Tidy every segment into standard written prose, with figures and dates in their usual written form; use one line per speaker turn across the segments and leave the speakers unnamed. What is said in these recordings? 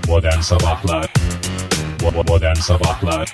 Modern Sabahlar. Modern Sabahlar.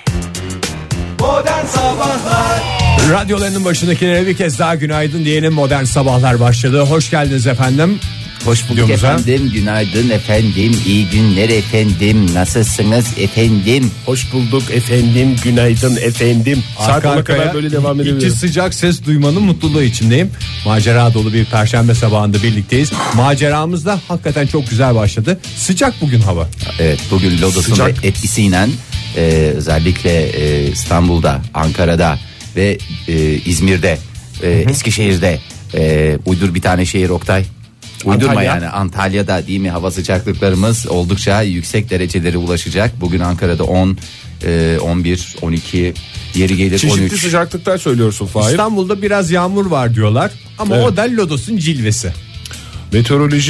Modern Sabahlar.
Radyolarının başındakilere bir kez daha günaydın diyelim. Modern Sabahlar başladı. Hoş geldiniz efendim.
Hoş bulduk efendim. Günaydın efendim. İyi günler efendim. Nasılsınız efendim?
Hoş bulduk efendim. Günaydın efendim. Saat 10'a kadar böyle devam
İki
edebilirim.
sıcak ses duymanın mutluluğu içindeyim. Macera dolu bir perşembe sabahında birlikteyiz. Maceramız da hakikaten çok güzel başladı. Sıcak bugün hava.
Evet, bugün lodosun
Sıcak.
etkisiyle özellikle İstanbul'da, Ankara'da ve İzmir'de, Eskişehir'de, uydur bir tane şehir Oktay. Uydurma
Antalya.
yani, Antalya'da değil mi, hava sıcaklıklarımız oldukça yüksek derecelere ulaşacak. Bugün Ankara'da 10, 11, 12, yeri gelir
Çeşitli
13.
sıcaklıklar söylüyorsun Fahir.
İstanbul'da biraz yağmur var diyorlar. Ama
Evet.
o da lodosun cilvesi.
Meteoroloji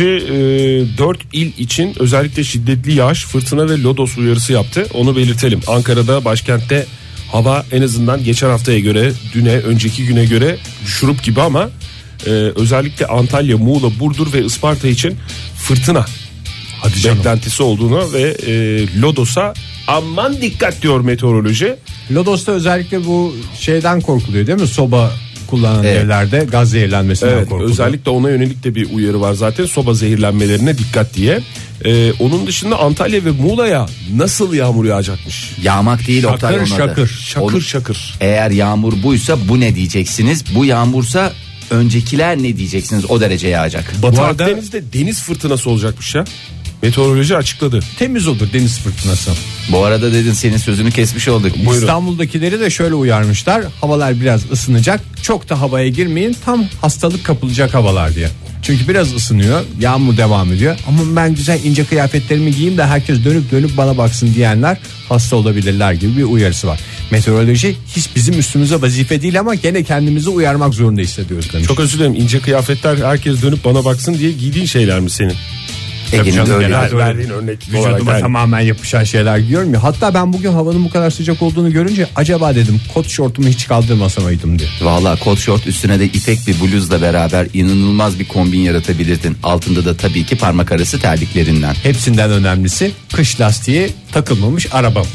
4 il için özellikle şiddetli yağış, fırtına ve lodos uyarısı yaptı. Onu belirtelim. Ankara'da, başkentte hava en azından geçen haftaya göre, önceki güne göre şurup gibi ama özellikle Antalya, Muğla, Burdur ve Isparta için fırtına beklentisi olduğunu ve lodosa aman dikkat diyor meteoroloji.
Lodos'ta özellikle bu şeyden korkuluyor değil mi? Soba kullanan
Evet.
evlerde gaz zehirlenmesinden
Evet,
korkuluyor.
özellikle ona yönelik de bir uyarı var zaten, soba zehirlenmelerine dikkat diye. Onun dışında Antalya ve Muğla'ya nasıl yağmur yağacakmış?
Yağmak değil Oktay, onun adı.
Şakır
Onu-
şakır.
Eğer yağmur buysa bu ne diyeceksiniz? Bu yağmursa öncekiler ne diyeceksiniz? O derece yağacak.
Batı
Bu arada-
Akdeniz'de deniz fırtınası olacakmış ya. Meteoroloji açıkladı.
Temiz olur deniz fırtınası.
Bu arada dedin, senin sözünü kesmiş olduk.
Buyurun.
İstanbul'dakileri de şöyle uyarmışlar. Havalar biraz ısınacak. Çok da havaya girmeyin. Tam hastalık kapılacak havalar diye. Çünkü biraz ısınıyor. Yağmur devam ediyor. Ama ben güzel ince kıyafetlerimi giyeyim de herkes dönüp bana baksın diyenler hasta olabilirler gibi bir uyarısı var. Meteoroloji hiç bizim üstümüze vazife değil ama gene kendimizi uyarmak zorunda hissediyoruz demiş.
Çok özür dilerim, ince kıyafetler herkes dönüp bana baksın diye giydiğin şeyler mi senin?
Ege'nin
canım,
öyle.
genel-
Her verdiğin örnek olarak
Vücuduma
yani.
tamamen yapışan şeyler giyiyorum ya. Hatta ben bugün havanın bu kadar sıcak olduğunu görünce acaba dedim kot şortumu hiç kaldırmasamaydım diye.
Valla kot şort, üstüne de ipek bir bluzla beraber inanılmaz bir kombin yaratabilirdin. Altında da tabii ki parmak arası terliklerinden.
Hepsinden önemlisi kış lastiği takılmamış arabam.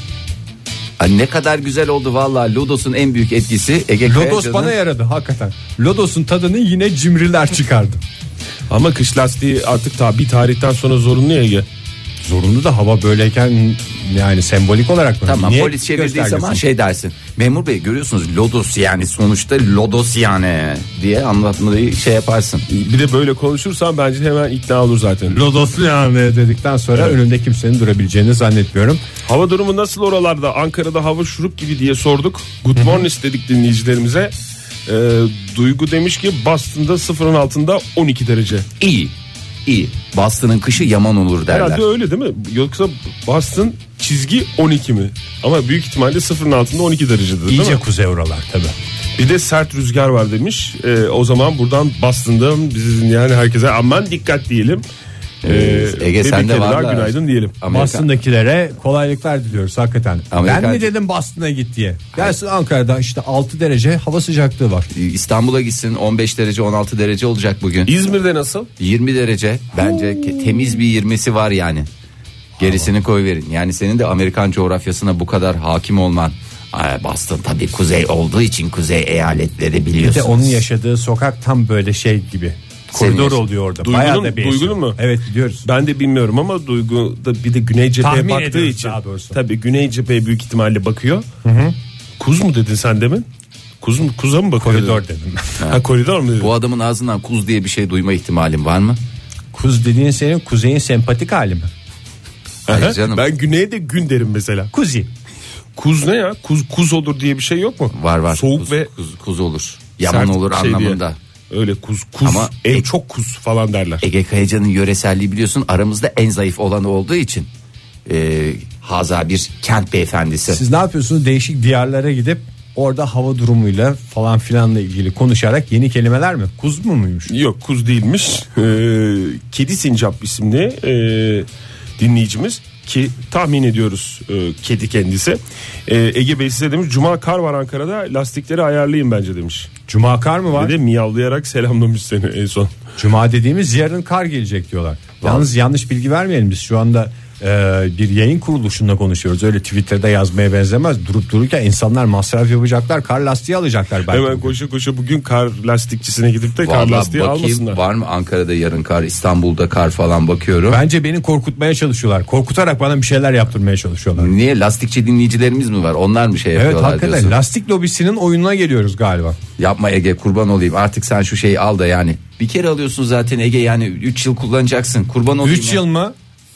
Ay, ne kadar güzel oldu valla. Lodos'un en büyük etkisi Ege
Lodos
Kayacan'ın-
bana yaradı hakikaten. Lodos'un tadını yine cimriler çıkardı.
Ama kış lastiği artık bir tarihten sonra zorunlu ya Ege.
Zorunlu da hava böyleyken yani sembolik olarak mı?
Tamam,
Niye
polis çevirdiği
göstergesin?
zaman şey dersin. Memur bey, görüyorsunuz lodos yani, sonuçta lodos yani diye anlatmayı şey yaparsın.
Bir de böyle konuşursan bence hemen ikna olur zaten.
Lodoslu yani dedikten sonra önünde kimsenin durabileceğini zannetmiyorum.
Hava durumu nasıl oralarda? Ankara'da hava şurup gibi diye sorduk. Good morning dedik dinleyicilerimize. Duygu demiş ki Boston'da sıfırın altında 12 derece.
İyi. Boston'ın kışı yaman olur derler.
Herhalde öyle değil mi? Yoksa Boston çizgi 12 mi? Ama büyük ihtimalle sıfırın altında 12 derecedir değil
İyice
mi?
kuzey oralar tabii.
Bir de sert rüzgar var demiş. O zaman buradan Boston'da bizi dinleyen herkese aman dikkat diyelim.
Ege,
ve
sen
bir
de
kere daha
vallahi-
günaydın diyelim.
Boston'dakilere kolaylıklar diliyoruz hakikaten.
Amerikan-
Ben mi dedim Boston'a git diye. Gelsin Ankara'da işte 6 derece hava sıcaklığı var.
İstanbul'a gitsin, 15 derece 16 derece olacak bugün.
İzmir'de nasıl?
20 derece bence temiz bir 20'si var yani. Gerisini koyverin. Yani senin de Amerikan coğrafyasına bu kadar hakim olman. Boston tabii kuzey olduğu için kuzey eyaletleri
Bir de
biliyorsun.
onun yaşadığı sokak tam böyle şey gibi. Koridor
Senin-
oluyor orada.
Duygu'nun-
Bayağı da bir
Duygu'nun mu?
Evet biliyoruz.
Ben de bilmiyorum ama Duygu da bir de Güney cepheye
Tahmin
baktığı
ediyoruz
için.
daha doğrusu.
Tabii Güney cepheye büyük ihtimalle bakıyor. Kuz mu dedin sen demin? Kuza mı bakıyor?
Koridor
dedin?
dedim.
Ha, koridor mu dedin?
Bu adamın ağzından kuz diye bir şey duyma ihtimalin var mı?
Kuz dediğin senin kuzeyin sempatik hali mi?
Hayır
Aha,
canım.
Ben güneyde gün derim mesela.
Kuzi.
Kuz ne ya? Kuz olur diye bir şey yok mu?
Var.
Soğuk
kuz,
ve
kuz olur. Yaman
sert
olur
şey diye.
anlamında.
Öyle kuz
Ama
çok kuz falan derler.
Ege Kayacan'ın yöreselliği biliyorsun aramızda en zayıf olanı olduğu için. Haza bir kent beyefendisi.
Siz ne yapıyorsunuz? Değişik diyarlara gidip orada hava durumuyla falan filanla ilgili konuşarak yeni kelimeler mi? Kuz mu muymuş?
Yok, kuz değilmiş. Kedi Sincap isimli dinleyicimiz ki tahmin ediyoruz kedi kendisi. Ege Bey size demiş, cuma kar var Ankara'da, lastikleri ayarlayın bence demiş.
Cuma kar mı var?
Ve de miyavlayarak selamlamış seni en son.
Cuma dediğimiz yarın kar gelecek diyorlar. Yalnız yanlış bilgi vermeyelim, biz şu anda bir yayın kuruluşunda konuşuyoruz. Öyle Twitter'da yazmaya benzemez. Durup dururken insanlar masraf yapacaklar. Kar lastiği alacaklar belki.
Hemen koşa koşa bugün kar lastikçisine gidip de kar lastiği almasınlar.
Var mı Ankara'da yarın kar, İstanbul'da kar falan bakıyorum.
Bence beni korkutmaya çalışıyorlar. Korkutarak bana bir şeyler yaptırmaya çalışıyorlar.
Niye, lastikçi dinleyicilerimiz mi var? Onlar mı şey yapıyorlar?
Evet, hakikaten
diyorsun?
lastik lobisinin oyununa geliyoruz galiba.
Yapma Ege, kurban olayım. Artık sen şu şeyi al da yani. Bir kere alıyorsun zaten Ege, yani 3 yıl kullanacaksın. Kurban olayım.
3 yıl mı?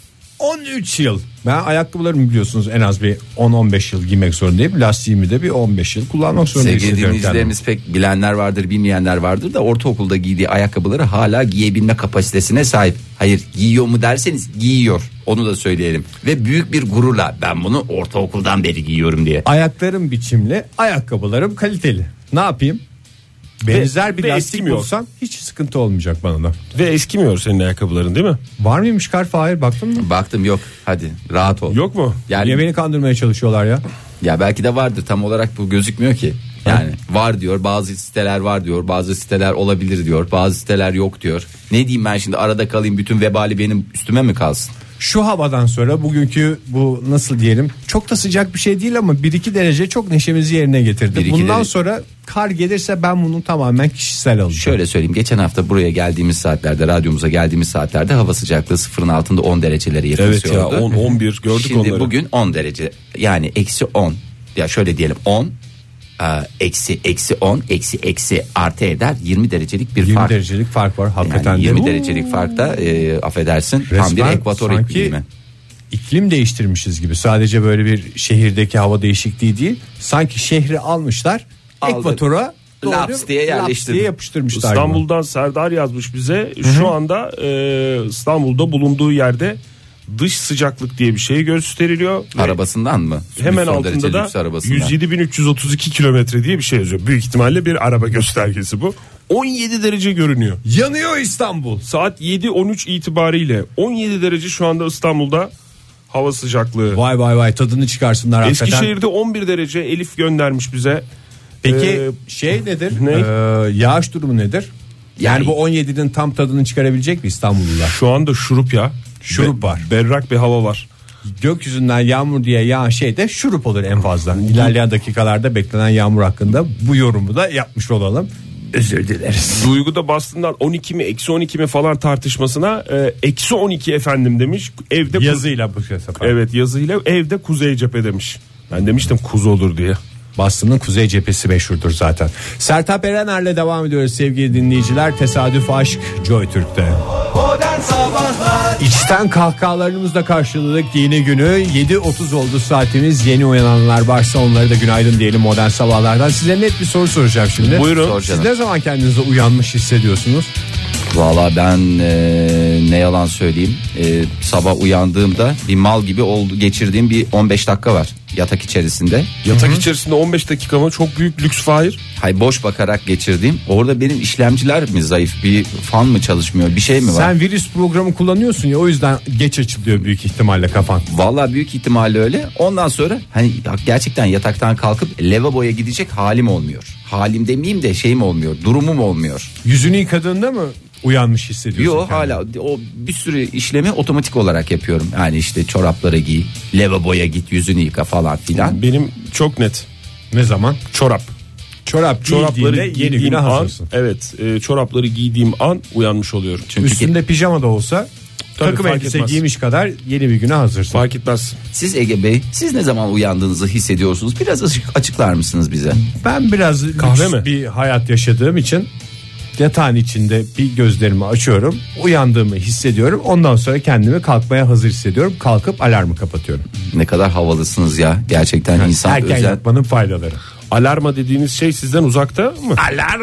13 yıl. Ben ayakkabılarımı biliyorsunuz en az bir 10-15 yıl giymek zorundayım. Lastiğimi de bir 15 yıl kullanmak zorundayım.
Sevgili dinleyicilerimiz pek bilenler vardır, bilmeyenler vardır da ortaokulda giydiği ayakkabıları hala giyebilme kapasitesine sahip. Hayır, giyiyor mu derseniz giyiyor. Onu da söyleyelim. Ve büyük bir gururla ben bunu ortaokuldan beri giyiyorum diye.
Ayaklarım biçimli, ayakkabılarım kaliteli. Ne yapayım? Benzer bir
ve
lastik
eskimiyor.
bulsam hiç sıkıntı olmayacak bana da.
Ve eskimiyor senin ayakkabıların değil mi?
Var mıymış kar Fahir, baktın mı?
Baktım, yok. Hadi rahat ol.
Yok mu?
Yani
Niye beni kandırmaya çalışıyorlar ya?
ya belki de vardır, tam olarak bu gözükmüyor ki. Yani var diyor, bazı siteler var diyor, bazı siteler olabilir diyor, bazı siteler yok diyor. Ne diyeyim ben şimdi, arada kalayım, bütün vebali benim üstüme mi kalsın?
Şu havadan sonra bugünkü bu nasıl diyelim, çok da sıcak bir şey değil ama 1-2 derece çok neşemizi yerine getirdi.
1-2
Bundan
derece.
sonra kar gelirse ben bunu tamamen kişisel alacağım.
Şöyle söyleyeyim, geçen hafta buraya geldiğimiz saatlerde, radyomuza geldiğimiz saatlerde hava sıcaklığı sıfırın altında 10 dereceleri
Evet ya,
yaklaşıyordu.
10-11 gördük
Şimdi
onları.
bugün 10 derece, yani eksi 10, ya şöyle diyelim 10 eksi 10 eksi artı eder 20 derecelik bir
20
fark.
derecelik fark var hakikaten.
Yani
de.
20 derecelik fark da affedersin tam bir
Resmen
ekvator
sanki
iklimi.
İklim değiştirmişiz gibi. Sadece böyle bir şehirdeki hava değişikliği değil. Sanki şehri almışlar,
Aldı.
ekvatora doğru
Laps diye yerleştirdi.
yapıştırmışlar.
İstanbul'dan Serdar yazmış bize. Şu anda İstanbul'da bulunduğu yerde dış sıcaklık diye bir şey gösteriliyor. Ve
Arabasından mı?
hemen
Son
altında
derece
da
lüks arabasından.
107.332 kilometre diye bir şey yazıyor. Büyük ihtimalle bir araba göstergesi bu. 17 derece görünüyor.
Yanıyor İstanbul.
Saat 7:13 itibariyle 17 derece şu anda İstanbul'da hava sıcaklığı.
Vay vay vay, tadını çıkarsınlar hakikaten.
Eskişehir'de 11 derece, Elif göndermiş bize.
Peki şey nedir?
ne?
Yağış durumu nedir? Yani
Yani-
bu 17'nin tam tadını çıkarabilecek mi İstanbullular?
Şu anda şurup ya.
Şurup var.
Berrak bir hava var.
Gökyüzünden yağmur diye yağan şey de şurup olur en fazla. İlerleyen dakikalarda beklenen yağmur hakkında bu yorumu da yapmış olalım. Özür dileriz.
Duygu'da Boston'dan 12 mi eksi 12 mi falan tartışmasına eksi 12 efendim demiş. Evde
Yazıyla bu sefer.
Evet, yazıyla evde kuzey cephe demiş. Ben demiştim kuz olur diye.
Boston'ın kuzey cephesi meşhurdur zaten. Sertab Erener'le devam ediyoruz sevgili dinleyiciler. Tesadüf aşk Joy Türk'te.
Modern Sabahlar
İçten kahkahalarımızla karşıladık yeni günü. 7.30 oldu saatimiz. Yeni uyananlar varsa onları da günaydın diyelim modern sabahlardan. Size net bir soru soracağım şimdi.
Buyurun.
Sor
Siz
canım.
ne zaman kendinizi uyanmış hissediyorsunuz?
Valla ben ne yalan söyleyeyim, sabah uyandığımda bir mal gibi geçirdiğim bir 15 dakika var yatak içerisinde.
Yatak içerisinde 15 dakika mı? Çok büyük lüks Fahir.
Hay, boş bakarak geçirdiğim. Orada benim işlemciler mi zayıf, bir fan mı çalışmıyor, bir şey mi var?
Sen virüs programı kullanıyorsun ya, o yüzden geç açılıyor büyük ihtimalle kafan.
Valla büyük ihtimalle öyle. Ondan sonra hani gerçekten yataktan kalkıp lavaboya gidecek halim olmuyor. Halim demeyeyim de şeyim olmuyor, durumum olmuyor.
Yüzünü yıkadığında mı uyanmış hissediyorsun?
Yo,
kendini?
hala o bir sürü işlemi otomatik olarak yapıyorum. Yani işte çorapları giy, lavaboya git, yüzünü yıka falan filan.
Benim çok net.
Ne zaman?
Çorap.
Çorap
Çorapları
giydiğinde yeni
giydiğim
güne
an,
hazırsın.
evet, çorapları giydiğim an uyanmış oluyorum.
Çünkü
Üstünde pijama da olsa
Tabii,
takım
fark
elbise
etmez.
giymiş kadar yeni bir güne hazırsın.
Fark etmez.
siz Ege Bey, siz ne zaman uyandığınızı hissediyorsunuz? Biraz açıklar mısınız bize?
Ben biraz
Kahve
lüks
mi?
bir hayat yaşadığım için yatağın içinde bir gözlerimi açıyorum, uyandığımı hissediyorum. Ondan sonra kendimi kalkmaya hazır hissediyorum. Kalkıp alarmı kapatıyorum.
Ne kadar havalısınız ya. Gerçekten insan
Erken
özel.
yatmanın faydaları.
Alarma dediğiniz şey sizden uzakta mı?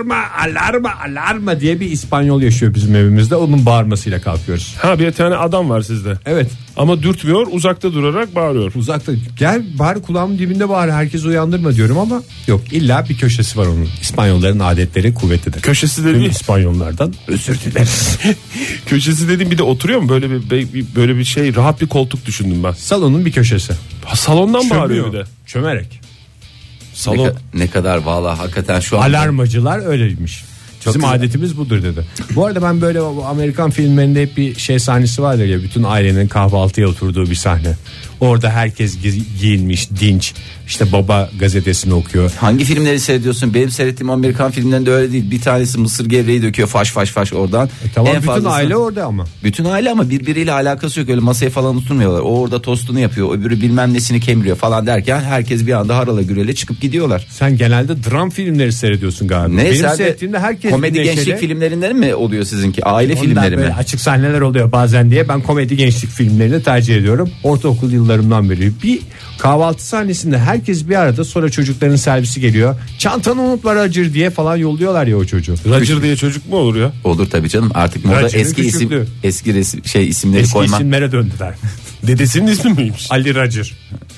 Alarma diye bir İspanyol yaşıyor bizim evimizde. Onun bağırmasıyla kalkıyoruz.
Ha, bir tane adam var sizde.
Evet,
Ama dürtmüyor, uzakta durarak bağırıyor.
uzakta. Gel bari kulağımın dibinde bağır, herkes uyandırma diyorum ama yok, illa bir köşesi var onun. İspanyolların adetleri kuvvetlidir.
Köşesi
Tüm
dediğin
İspanyollardan özür dileriz.
köşesi dediğin bir de oturuyor mu? Böyle bir şey, rahat bir koltuk düşündüm ben.
Salonun bir köşesi.
Ha, salondan bağırıyor bir de.
Çömerek.
Salon.
Ne kadar valla hakikaten şu an.
Alarmacılar öyleymiş. Bizim
güzel.
adetimiz budur dedi. Bu arada ben böyle Amerikan filmlerinde hep bir şey sahnesi vardır ya, bütün ailenin kahvaltıya oturduğu bir sahne. Orada herkes giyinmiş, dinç. İşte baba gazetesini okuyor.
Hangi filmleri seyrediyorsun? Benim seyrettiğim Amerikan filmlerinde öyle değil. Bir tanesi mısır gevreği döküyor faş oradan.
Tamam, bütün
fazlası...
aile orada ama.
Bütün aile ama birbiriyle alakası yok. Öyle masaya falan oturmuyorlar. O orada tostunu yapıyor. Öbürü bilmem nesini kemiriyor falan derken herkes bir anda harala gürele çıkıp gidiyorlar.
Sen genelde dram filmleri seyrediyorsun galiba.
Ne?
Benim seyrettiğimde herkes
komedi
neşeli.
gençlik filmlerinden mi oluyor sizinki? Aile
Ondan
filmleri
böyle
mi?
açık sahneler oluyor bazen diye ben komedi gençlik filmlerini tercih ediyorum. Ortaokul yıllarımdan beri. Bir kahvaltı sahnesinde herkes bir arada, sonra çocukların servisi geliyor. Çantanı unutma Roger diye falan yolluyorlar ya o çocuğu.
Roger diye çocuk mu olur ya?
Olur tabii canım. Artık moda
Roger'in
eski isim,
küçüklüğü.
eski resim, isimleri
Eski
koymak.
isimlere döndüler.
Dedesinin ismi miymiş?
Ali Roger.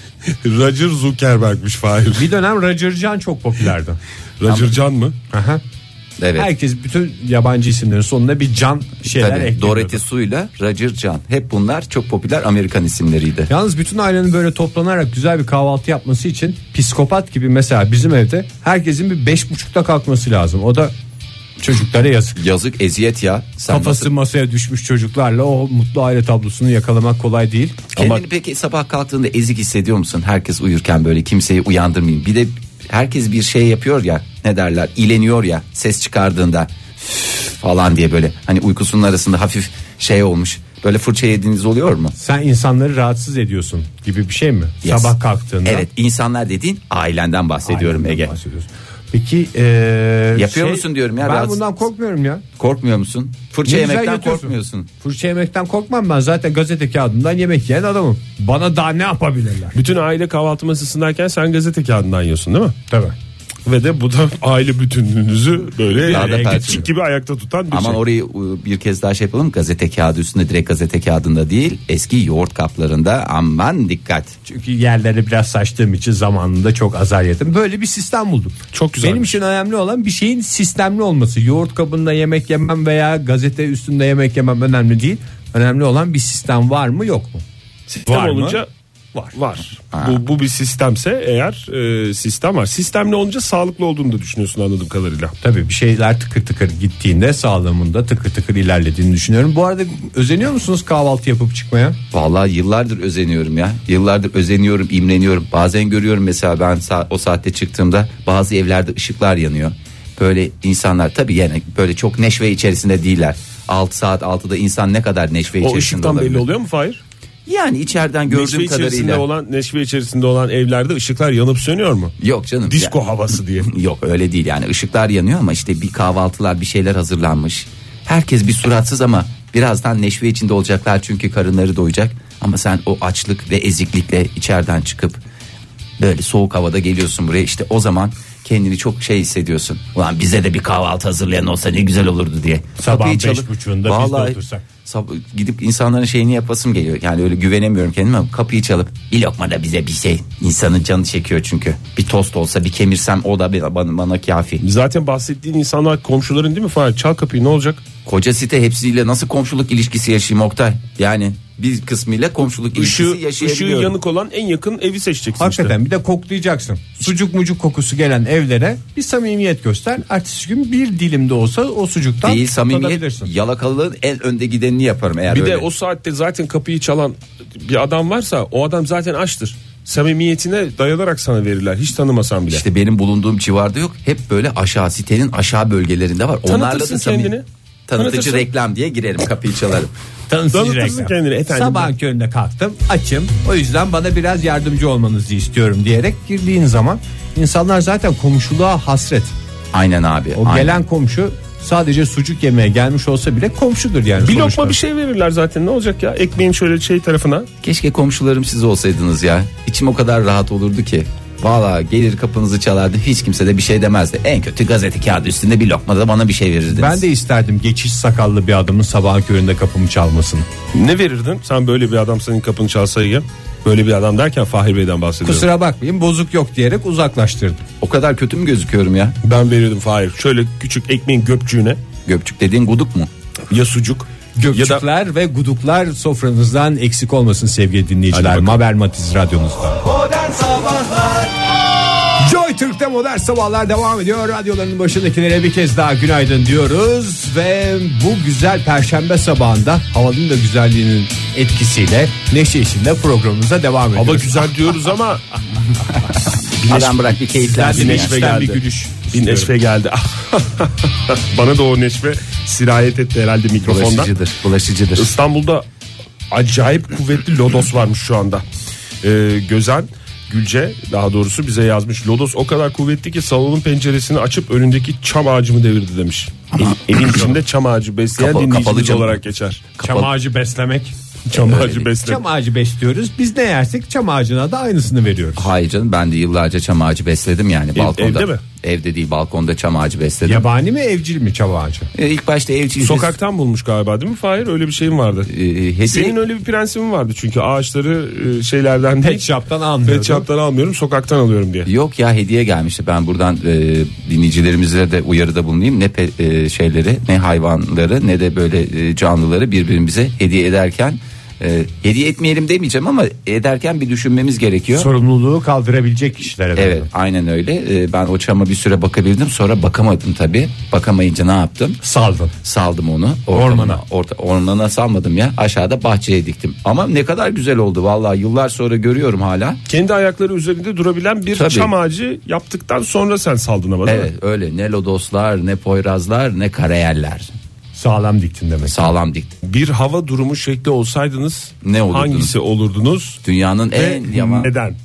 Roger Zuckerberg'miş Fahir.
Bir dönem Roger Can çok popülerdi.
Roger Can mı?
Aha.
Evet.
Herkes bütün yabancı isimlerin sonuna bir can şeyler
Tabii,
ekliyordu.
Dorothy Su'yla Roger Can. Hep bunlar çok popüler Amerikan isimleriydi.
Yalnız bütün ailenin böyle toplanarak güzel bir kahvaltı yapması için psikopat gibi mesela bizim evde herkesin bir 5.30'da kalkması lazım. O da çocuklara yazık.
Yazık, eziyet ya. Sen
Kafası
nasıl-
masaya düşmüş çocuklarla o mutlu aile tablosunu yakalamak kolay değil.
Kendini
Ama
peki sabah kalktığında ezik hissediyor musun? Herkes uyurken böyle kimseyi uyandırmayayım. Bir de herkes bir şey yapıyor ya, ne derler, ileniyor ya ses çıkardığında falan diye, böyle hani uykusunun arasında hafif şey olmuş. Böyle fırça yediğiniz oluyor mu?
sen insanları rahatsız ediyorsun gibi bir şey mi?
Yes.
Sabah kalktığında.
Evet, insanlar dediğin ailenden bahsediyorum
Ailenden
Ege.
bahsediyorsun. Peki
Yapıyor musun diyorum ya,
Ben
rahatsız-
bundan korkmuyorum ya.
Korkmuyor musun? Fırça
Ne güzel
yemekten
yatıyorsun.
korkmuyorsun.
Fırça yemekten korkmam ben, zaten gazete kağıdından yemek yiyen adamım. Bana daha ne yapabilirler?
Bütün aile kahvaltı masasındayken sen gazete kağıdından yiyorsun değil mi?
Tabii.
Ve de bu da aile bütünlüğünüzü böyle
Daha da perçin.
küçük gibi ayakta tutan bir
Aman
şey.
orayı bir kez daha şey yapalım. Gazete kağıdı üstünde, direkt gazete kağıdında değil, eski yoğurt kaplarında, aman dikkat.
Çünkü yerleri biraz saçtığım için zamanında çok azar yedim. Böyle bir sistem buldum.
Çok güzelmiş.
Benim için önemli olan bir şeyin sistemli olması. Yoğurt kabında yemek yemem veya gazete üstünde yemek yemem önemli değil. Önemli olan bir sistem var mı yok mu?
Sistem
Var mı?
olunca var. Bu bir sistemse eğer sistem var. Sistemli olunca sağlıklı olduğunu da düşünüyorsun anladığım kadarıyla.
Tabii bir şeyler tıkır tıkır gittiğinde sağlığımın da tıkır tıkır ilerlediğini düşünüyorum. Bu arada özeniyor musunuz kahvaltı yapıp çıkmaya?
Vallahi yıllardır özeniyorum ya. Yıllardır özeniyorum, imreniyorum. Bazen görüyorum mesela ben o saatte çıktığımda bazı evlerde ışıklar yanıyor. Böyle insanlar tabii yani böyle çok neşve içerisinde değiller. 6 saat 6'da insan ne kadar neşve
O
içerisinde
ışıktan
olabilir?
belli oluyor mu Fahir?
Yani içeriden gördüğüm
Neşve içerisinde olan evlerde ışıklar yanıp sönüyor mu?
Yok canım.
Disko
Ya-
havası diye.
Yok öyle değil yani, ışıklar yanıyor ama işte bir kahvaltılar, bir şeyler hazırlanmış. Herkes bir suratsız ama birazdan neşve içinde olacaklar çünkü karınları doyacak. Ama sen o açlık ve eziklikle içeriden çıkıp böyle soğuk havada geliyorsun buraya, işte o zaman kendini çok şey hissediyorsun. Ulan bize de bir kahvaltı hazırlayan olsa ne güzel olurdu diye.
Sabahın
Kapıyı çalıp-
5.30'unda biz de
Vallahi
otursak.
gidip insanların şeyini yapasım geliyor. Yani öyle güvenemiyorum kendime. Kapıyı çalıp bir lokma da bize bir şey. İnsanın canı çekiyor çünkü. Bir tost olsa bir kemirsem o da bana kafi.
Zaten bahsettiğin insanlar komşuların değil mi Fahir? Çal kapıyı, ne olacak?
Koca site, hepsiyle nasıl komşuluk ilişkisi yaşayayım Oktay? Yani bir kısmıyla komşuluk ilişkisi
Işığı
yaşayabiliyorum.
yanık olan en yakın evi seçeceksin
Hakikaten
işte.
bir de koklayacaksın. Sucuk mucuk kokusu gelen evlere bir samimiyet göster. Ertesi gün bir dilim de olsa o sucuktan
Değil samimiyet,
tadabilirsin.
yalakalılığın en önde gidenini yaparım eğer
Bir
öyle.
de o saatte zaten kapıyı çalan bir adam varsa o adam zaten açtır. Samimiyetine dayanarak sana verirler, hiç tanımasan bile.
İşte benim bulunduğum civarda yok. Hep böyle aşağı, sitenin aşağı bölgelerinde var.
Tanıtırsın
samimi-
kendini.
Tanıtıcı
Tanıtırsın.
reklam diye girerim, kapıyı çalarım.
Tanıtırsın
Tanıtırsın kendini efendim.
Sabahın köründe kalktım, açım, o yüzden bana biraz yardımcı olmanızı istiyorum diyerek girdiğin zaman insanlar zaten komşuluğa hasret.
Aynen abi.
O
aynen.
gelen komşu sadece sucuk yemeye gelmiş olsa bile komşudur yani.
Bir
sonuçta.
lokma bir şey verirler zaten, ne olacak ya? Ekmeğin şöyle şey tarafına.
Keşke komşularım siz olsaydınız ya. İçim o kadar rahat olurdu ki. Valla gelir kapınızı çalardı, hiç kimse de bir şey demezdi. En kötü gazete kağıdı üstünde bir lokma da bana bir şey verirdiniz.
Ben de isterdim geçiş sakallı bir adamın sabahın köründe kapımı çalmasını.
Ne verirdin? Sen böyle bir adam senin kapını çalsa ya. Böyle bir adam derken Fahir Bey'den bahsediyorum.
Kusura bakmayın, bozuk yok diyerek uzaklaştırdım.
O kadar kötü mü gözüküyorum ya?
Ben verirdim Fahir. Şöyle küçük ekmeğin göpçüğüne
Göpçük dediğin guduk mu?
ya sucuk ya da
Gökçükler ve guduklar sofranızdan eksik olmasın sevgili dinleyiciler.
Hadi bakalım.
Mabel Matiz radyonuzda.
Modern Sabahlar
Joy Türk'te modern sabahlar devam ediyor. Radyolarının başındakilere bir kez daha günaydın diyoruz. Ve bu güzel perşembe sabahında havanın da güzelliğinin etkisiyle neşe içinde programımıza devam ediyoruz.
Hava güzel diyoruz ama
Adam bırak bir keyiflensin.
bir neşve
İçten
geldi.
bir gülüş
Bir neşve geldi. Bana da o neşve sirayet etti herhalde mikrofondan.
Bulaşıcıdır.
İstanbul'da acayip kuvvetli lodos varmış şu anda. Gözen Gülce daha doğrusu bize yazmış. Lodos o kadar kuvvetli ki salonun penceresini açıp önündeki çam ağacımı devirdi demiş. Evin içinde çam ağacı besleyen
Kapalı
dinleyicimiz
cam.
olarak geçer.
Çam ağacı beslemek.
Çam ağacı beslemek.
Çam ağacı besliyoruz. Biz ne yersek çam ağacına da aynısını veriyoruz.
Hayır canım, ben de yıllarca çam ağacı besledim yani balkonda.
evde mi?
Evde değil, balkonda çam ağacı besledim.
Yabani mi evcil mi çam ağacı?
İlk başta evcil.
Sokaktan bulmuş galiba değil mi Fahir? Öyle bir şeyin vardı.
Hediye.
Senin öyle bir prensibin vardı çünkü ağaçları şeylerden değil.
Pet shop'tan almıyorum.
Pet shop'tan almıyorum, sokaktan alıyorum diye.
Yok ya, hediye gelmişti. Ben buradan dinleyicilerimize de uyarıda bulunayım. Ne şeyleri, ne hayvanları, ne de böyle canlıları birbirimize hediye ederken hediye etmeyelim demeyeceğim ama ederken bir düşünmemiz gerekiyor.
Sorumluluğu kaldırabilecek kişilere.
Evet, aynen öyle. Ben o çama bir süre bakabildim, sonra bakamadım tabii. Bakamayınca ne yaptım?
Saldın.
Saldım onu
Ormana.
Ormana salmadım ya, aşağıda bahçeye diktim. Ama ne kadar güzel oldu vallahi, yıllar sonra görüyorum hala.
Kendi ayakları üzerinde durabilen bir
Tabii.
çam ağacı yaptıktan sonra sen saldın ama değil mi?
Evet öyle, ne lodoslar, ne poyrazlar, ne karayeller.
Sağlam diktin demek.
Sağlam diktim.
Bir hava durumu şekli olsaydınız
Ne olurdunuz?
hangisi olurdunuz?
Dünyanın
Ve
en yaman.
neden?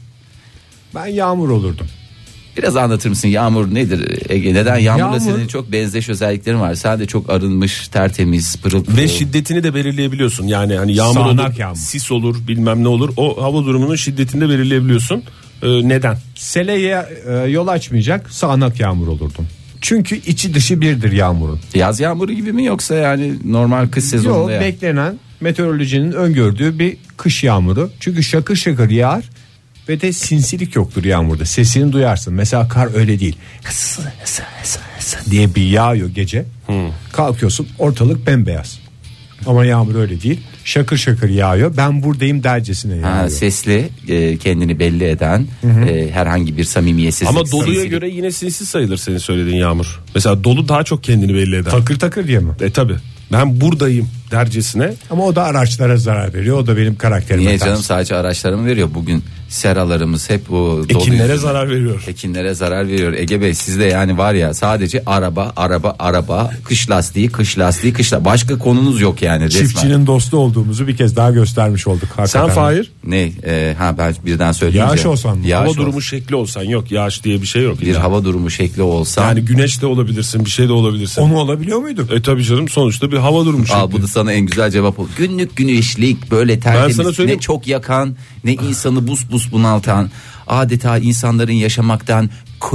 Ben yağmur olurdum.
Biraz anlatır mısın, yağmur nedir Ege? Neden? Yağmurla
Yağmur-
senin çok benzeş özelliklerin var. Sen de çok arınmış, tertemiz, pırıl pırıl.
Ve şiddetini de belirleyebiliyorsun. Yani hani yağmur
Sağanak
olur,
yağmur.
sis olur, bilmem ne olur. O hava durumunun şiddetini de belirleyebiliyorsun. Neden?
Seleye yol açmayacak sağanak yağmur olurdum. Çünkü içi dışı birdir yağmurun.
Yaz yağmuru gibi mi, yoksa yani normal kış
Yok,
sezonunda ya?
beklenen meteorolojinin öngördüğü bir kış yağmuru. Çünkü şakır şakır yağar ve de sinsilik yoktur yağmurda. Sesini duyarsın. Mesela kar öyle değil. Hıs, hıs, hıs, hıs diye bir yağıyor gece. Kalkıyorsun, ortalık bembeyaz. Ama yağmur öyle değil. Şakır şakır yağıyor. Ben buradayım dercesine yağıyor.
Ha, sesli, kendini belli eden, herhangi bir samimiyetsizlik.
Ama doluya
sinsilik.
göre yine sinsi sayılır senin söylediğin yağmur. Mesela dolu daha çok kendini belli eder.
Takır takır diye mi?
Tabi. Ben buradayım dercesine.
Ama o da araçlara zarar veriyor. O da benim karakterime
Niye
ters.
canım, sadece araçlarımı veriyor. Bugün seralarımız hep o
Ekinlere zarar veriyor.
Ekinlere zarar veriyor. Ege Bey, sizde yani var ya, sadece araba, kış lastiği, başka konunuz yok yani resmen.
Çiftçinin dostu olduğumuzu bir kez daha göstermiş olduk.
Sen
Hakikaten.
Fahir
Ne? Ben birden söyleyeyim.
Yağış olsan mı?
Yağış
hava
olsun.
durumu şekli olsan, yok yağış diye bir şey yok.
Bir
illa.
hava durumu şekli olsa.
Yani güneş de olabilirsin, bir şey de olabilirsin.
Onu olabiliyor muydu?
Tabii canım, sonuçta bir hava durumu şekli.
Al, bu da sana en güzel cevap oldu. Günlük güneşlik, böyle
sana
tertemiz,
söyleyeyim.
ne çok yakan, ne insanı bus bunaltan, adeta insanların yaşamaktan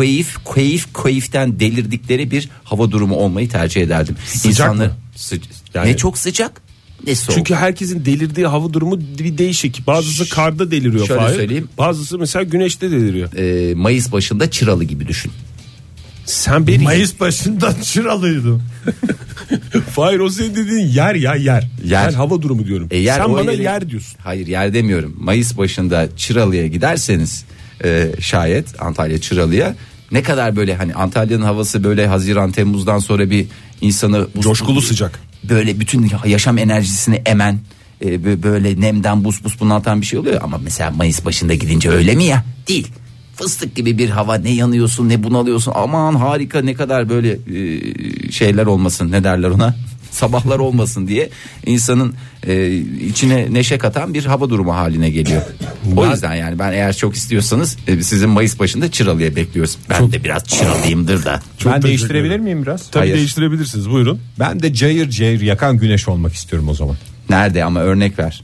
keyiften delirdikleri bir hava durumu olmayı tercih ederdim.
Sıcak mı? Yani-
Ne çok sıcak, ne soğuk.
Çünkü herkesin delirdiği hava durumu bir değişik. Bazısı karda deliriyor.
Şöyle
Fahir.
söyleyeyim.
Bazısı mesela güneşte deliriyor.
Mayıs başında Çıralı gibi düşün.
Sen beni...
Mayıs başından çıralıydım.
Fahir, o senin dediğin yer ya yer.
Yer.
Ben hava durumu diyorum.
Yer,
Sen
o
bana
yeri-
yer diyorsun.
Hayır, yer demiyorum. Mayıs başında Çıralı'ya giderseniz şayet, Antalya Çıralı'ya, ne kadar böyle hani Antalya'nın havası böyle Haziran Temmuz'dan sonra bir insanı
Coşkulu sıcak.
böyle bütün yaşam enerjisini emen, böyle nemden bus bunaltan bir şey oluyor. Ama mesela Mayıs başında gidince öyle mi ya? Değil. Fıstık gibi bir hava, ne yanıyorsun ne bunalıyorsun, aman harika, ne kadar böyle şeyler olmasın, ne derler ona, sabahlar olmasın diye insanın içine neşe katan bir hava durumu haline geliyor. O yüzden yani ben, eğer çok istiyorsanız sizin Mayıs başında Çıralı'ya bekliyoruz. Ben de biraz Çıralıyımdır da.
Ben değiştirebilir miyim biraz?
Tabii
Hayır.
değiştirebilirsiniz, buyurun.
Ben de cayır cayır yakan güneş olmak istiyorum o zaman.
Nerede, ama örnek ver.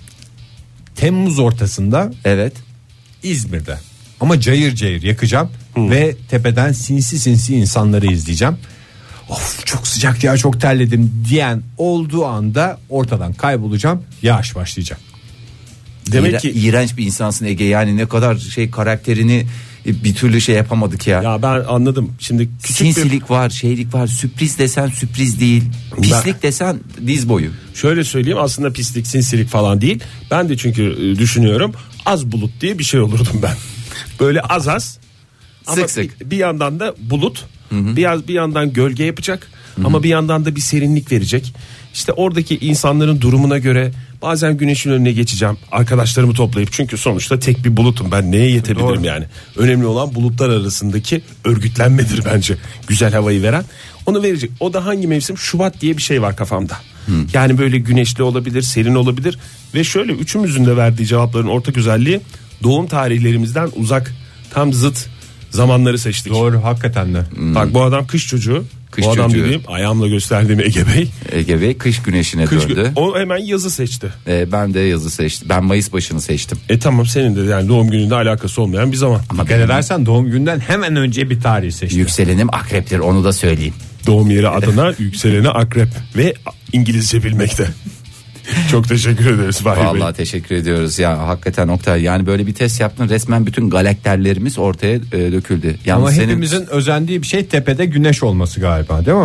Temmuz ortasında
Evet.
İzmir'de. Ama cayır cayır yakacağım ve tepeden sinsi insanları izleyeceğim. Of çok sıcak ya, çok terledim diyen olduğu anda ortadan kaybolacağım. Yağış başlayacak.
Demek ki
iğrenç bir insansın Ege, yani ne kadar karakterini bir türlü yapamadık ya.
ya ben anladım. Şimdi küçük bir,
Sinsilik var, şeylik var, sürpriz desen sürpriz değil, pislik desen diz boyu.
şöyle söyleyeyim, aslında pislik, sinsilik falan değil. Ben de çünkü düşünüyorum, az bulut diye bir şey olurdum ben. Böyle az Ama
sık.
bir yandan da bulut, bir yandan gölge yapacak ama bir yandan da bir serinlik verecek. İşte oradaki insanların durumuna göre bazen güneşin önüne geçeceğim, arkadaşlarımı toplayıp, çünkü sonuçta tek bir bulutum, ben neye yetebilirim? Doğru. Yani önemli olan bulutlar arasındaki örgütlenmedir bence güzel havayı veren. Onu verecek. O da hangi mevsim? Şubat diye bir şey var kafamda. Yani böyle güneşli olabilir, serin olabilir ve şöyle, üçümüzün de verdiği cevapların ortak özelliği doğum tarihlerimizden uzak, tam zıt zamanları seçtik.
Doğru, hakikaten de.
Bak, bu adam kış çocuğu.
Kış
bu adam
çocuğu.
dediğim, ayağımla gösterdiğim Ege Bey.
Ege Bey kış güneşine döndü.
O hemen yazı seçti.
Ben de yazı seçtim. Ben Mayıs başını seçtim.
Tamam, senin de yani doğum gününde alakası olmayan bir zaman.
Ama dikkat edersen doğum günden hemen önce bir tarih seçtim.
Yükselenim akreptir, onu da söyleyeyim.
Doğum yeri adına yükseleni akrep ve İngilizce bilmekte. Çok teşekkür ederiz Fahir Bey.
Vallahi teşekkür ediyoruz ya, hakikaten Oktay, yani böyle bir test yaptın, resmen bütün galakterlerimiz ortaya döküldü. Yalnız
ama hepimizin özendiği bir şey tepede güneş olması galiba, değil mi?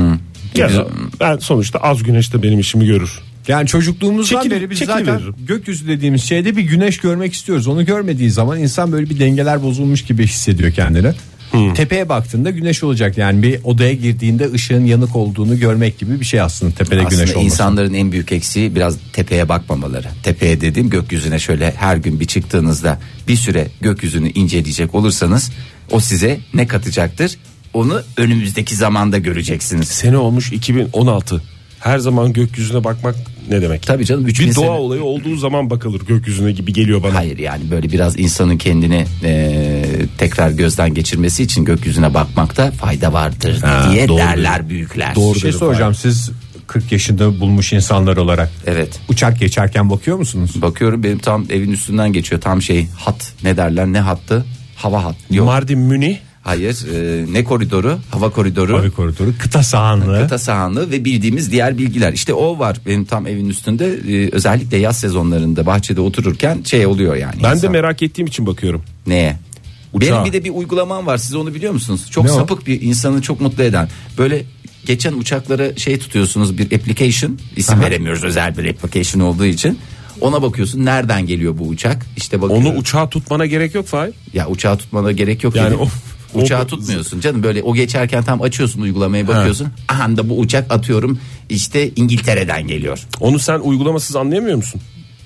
Ya, ben sonuçta az güneş de benim işimi görür.
Yani çocukluğumuzdan beri biz zaten gökyüzü dediğimiz şeyde bir güneş görmek istiyoruz. Onu görmediği zaman insan böyle bir dengeler bozulmuş gibi hissediyor kendini. Tepeye baktığında güneş olacak, yani bir odaya girdiğinde ışığın yanık olduğunu görmek gibi bir şey aslında tepede güneş olması.
İnsanların en büyük eksiği biraz tepeye bakmamaları. Tepeye dediğim, gökyüzüne şöyle her gün bir çıktığınızda bir süre gökyüzünü inceleyecek olursanız o size ne katacaktır? Onu önümüzdeki zamanda göreceksiniz.
Sene olmuş 2016. Her zaman gökyüzüne bakmak ne demek?
Tabii canım.
Bir doğa olayı olduğu zaman bakılır gökyüzüne gibi geliyor bana.
Hayır, yani böyle biraz insanın kendini tekrar gözden geçirmesi için gökyüzüne bakmakta fayda vardır diye derler büyükler.
Doğru. Bir şey soracağım, siz 40 yaşında bulmuş insanlar olarak.
Evet.
Uçak geçerken bakıyor musunuz?
Bakıyorum, benim tam evin üstünden geçiyor, tam hat ne derler, ne hattı? Hava hat. Yok.
Mardin Münih.
Hayır, ne koridoru? Hava koridoru.
Hava koridoru, kıta sahanlığı.
Kıta sahanlığı ve bildiğimiz diğer bilgiler. İşte o var benim tam evin üstünde. Özellikle yaz sezonlarında bahçede otururken şey oluyor yani.
Ben
insan.
de merak ettiğim için bakıyorum.
Neye?
Uçağa.
Benim bir de bir uygulamam var, siz onu biliyor musunuz? Çok
ne
sapık, bir insanı çok mutlu eden. Böyle geçen uçaklara tutuyorsunuz, bir application, isim veremiyoruz özel bir application olduğu için. Ona bakıyorsun, nereden geliyor bu uçak? İşte bakıyorum.
Onu uçağa tutmana gerek yok Fahir.
Ya uçağa tutmana gerek yok.
Yani
uçağı tutmuyorsun canım, böyle o geçerken tam açıyorsun uygulamayı, bakıyorsun. Aha da bu uçak, atıyorum işte İngiltere'den geliyor.
Onu sen uygulamasız anlayamıyor musun?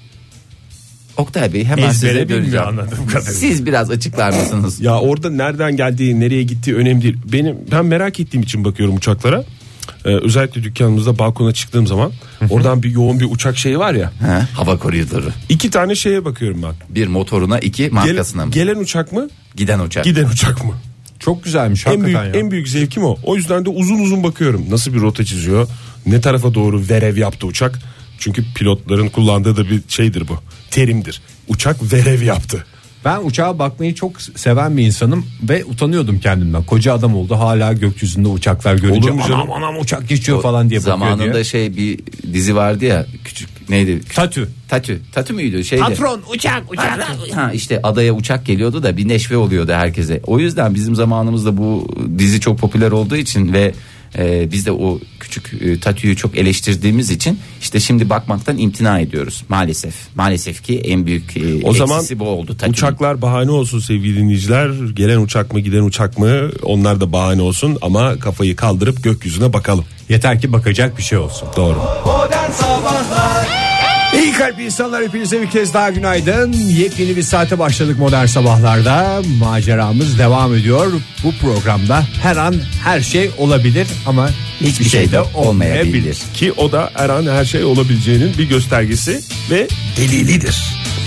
Oktay Bey, hemen size döneceğim.
Anladım.
Siz biraz açıklar mısınız?
Ya orada nereden geldiği, nereye gittiği önemli değil. Ben merak ettiğim için bakıyorum uçaklara. Özellikle dükkanımızda balkona çıktığım zaman oradan bir yoğun bir uçak şeyi var ya.
Hava koridoru.
2 tane şeye bakıyorum ben.
Bir motoruna, 2 markasına mı?
Gelen uçak mı?
Giden uçak.
Giden uçak mı?
Çok güzelmiş hakikaten
En büyük zevkim o. O yüzden de uzun uzun bakıyorum. Nasıl bir rota çiziyor? Ne tarafa doğru verev yaptı uçak? Çünkü pilotların kullandığı da bir şeydir bu. Terimdir. Uçak verev yaptı.
Ben uçağa bakmayı çok seven bir insanım ve utanıyordum kendimden. Koca adam oldu, hala gökyüzünde uçaklar görünce
Olur mu canım?
anam uçak geçiyor falan diye bakıyor
Zamanında
diye.
bir dizi vardı ya, küçük neydi? Tatü müydü?
Patron uçak.
Ha, işte adaya uçak geliyordu da bir neşve oluyordu herkese. O yüzden bizim zamanımızda bu dizi çok popüler olduğu için ve biz de o küçük Tatü'yü çok eleştirdiğimiz için işte şimdi bakmaktan imtina ediyoruz maalesef. Maalesef ki en büyük
o zaman
bu oldu. Tatü'nün.
Uçaklar bahane olsun sevgili dinleyiciler. Gelen uçak mı, giden uçak mı, onlar da bahane olsun ama kafayı kaldırıp gökyüzüne bakalım.
Yeter ki bakacak bir şey olsun.
Doğru.
Modern Sabahlar.
İyi kalp insanlar, hepinize bir kez daha günaydın. Yepyeni bir saate başladık Modern Sabahlar'da. Maceramız devam ediyor. Bu programda her an her şey olabilir ama hiçbir şey de olmayabilir.
Ki o da her an her şey olabileceğinin bir göstergesi ve delilidir.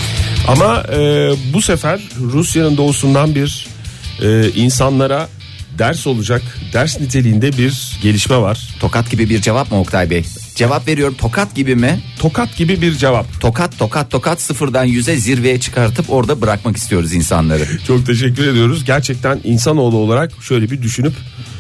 Ama bu sefer Rusya'nın doğusundan bir insanlara ders olacak, ders niteliğinde bir gelişme var.
Tokat gibi bir cevap mı Oktay Bey? Cevap veriyorum, tokat gibi mi?
Tokat gibi bir cevap.
Tokat sıfırdan 100'e zirveye çıkartıp orada bırakmak istiyoruz insanları.
Çok teşekkür ediyoruz. Gerçekten insanoğlu olarak şöyle bir düşünüp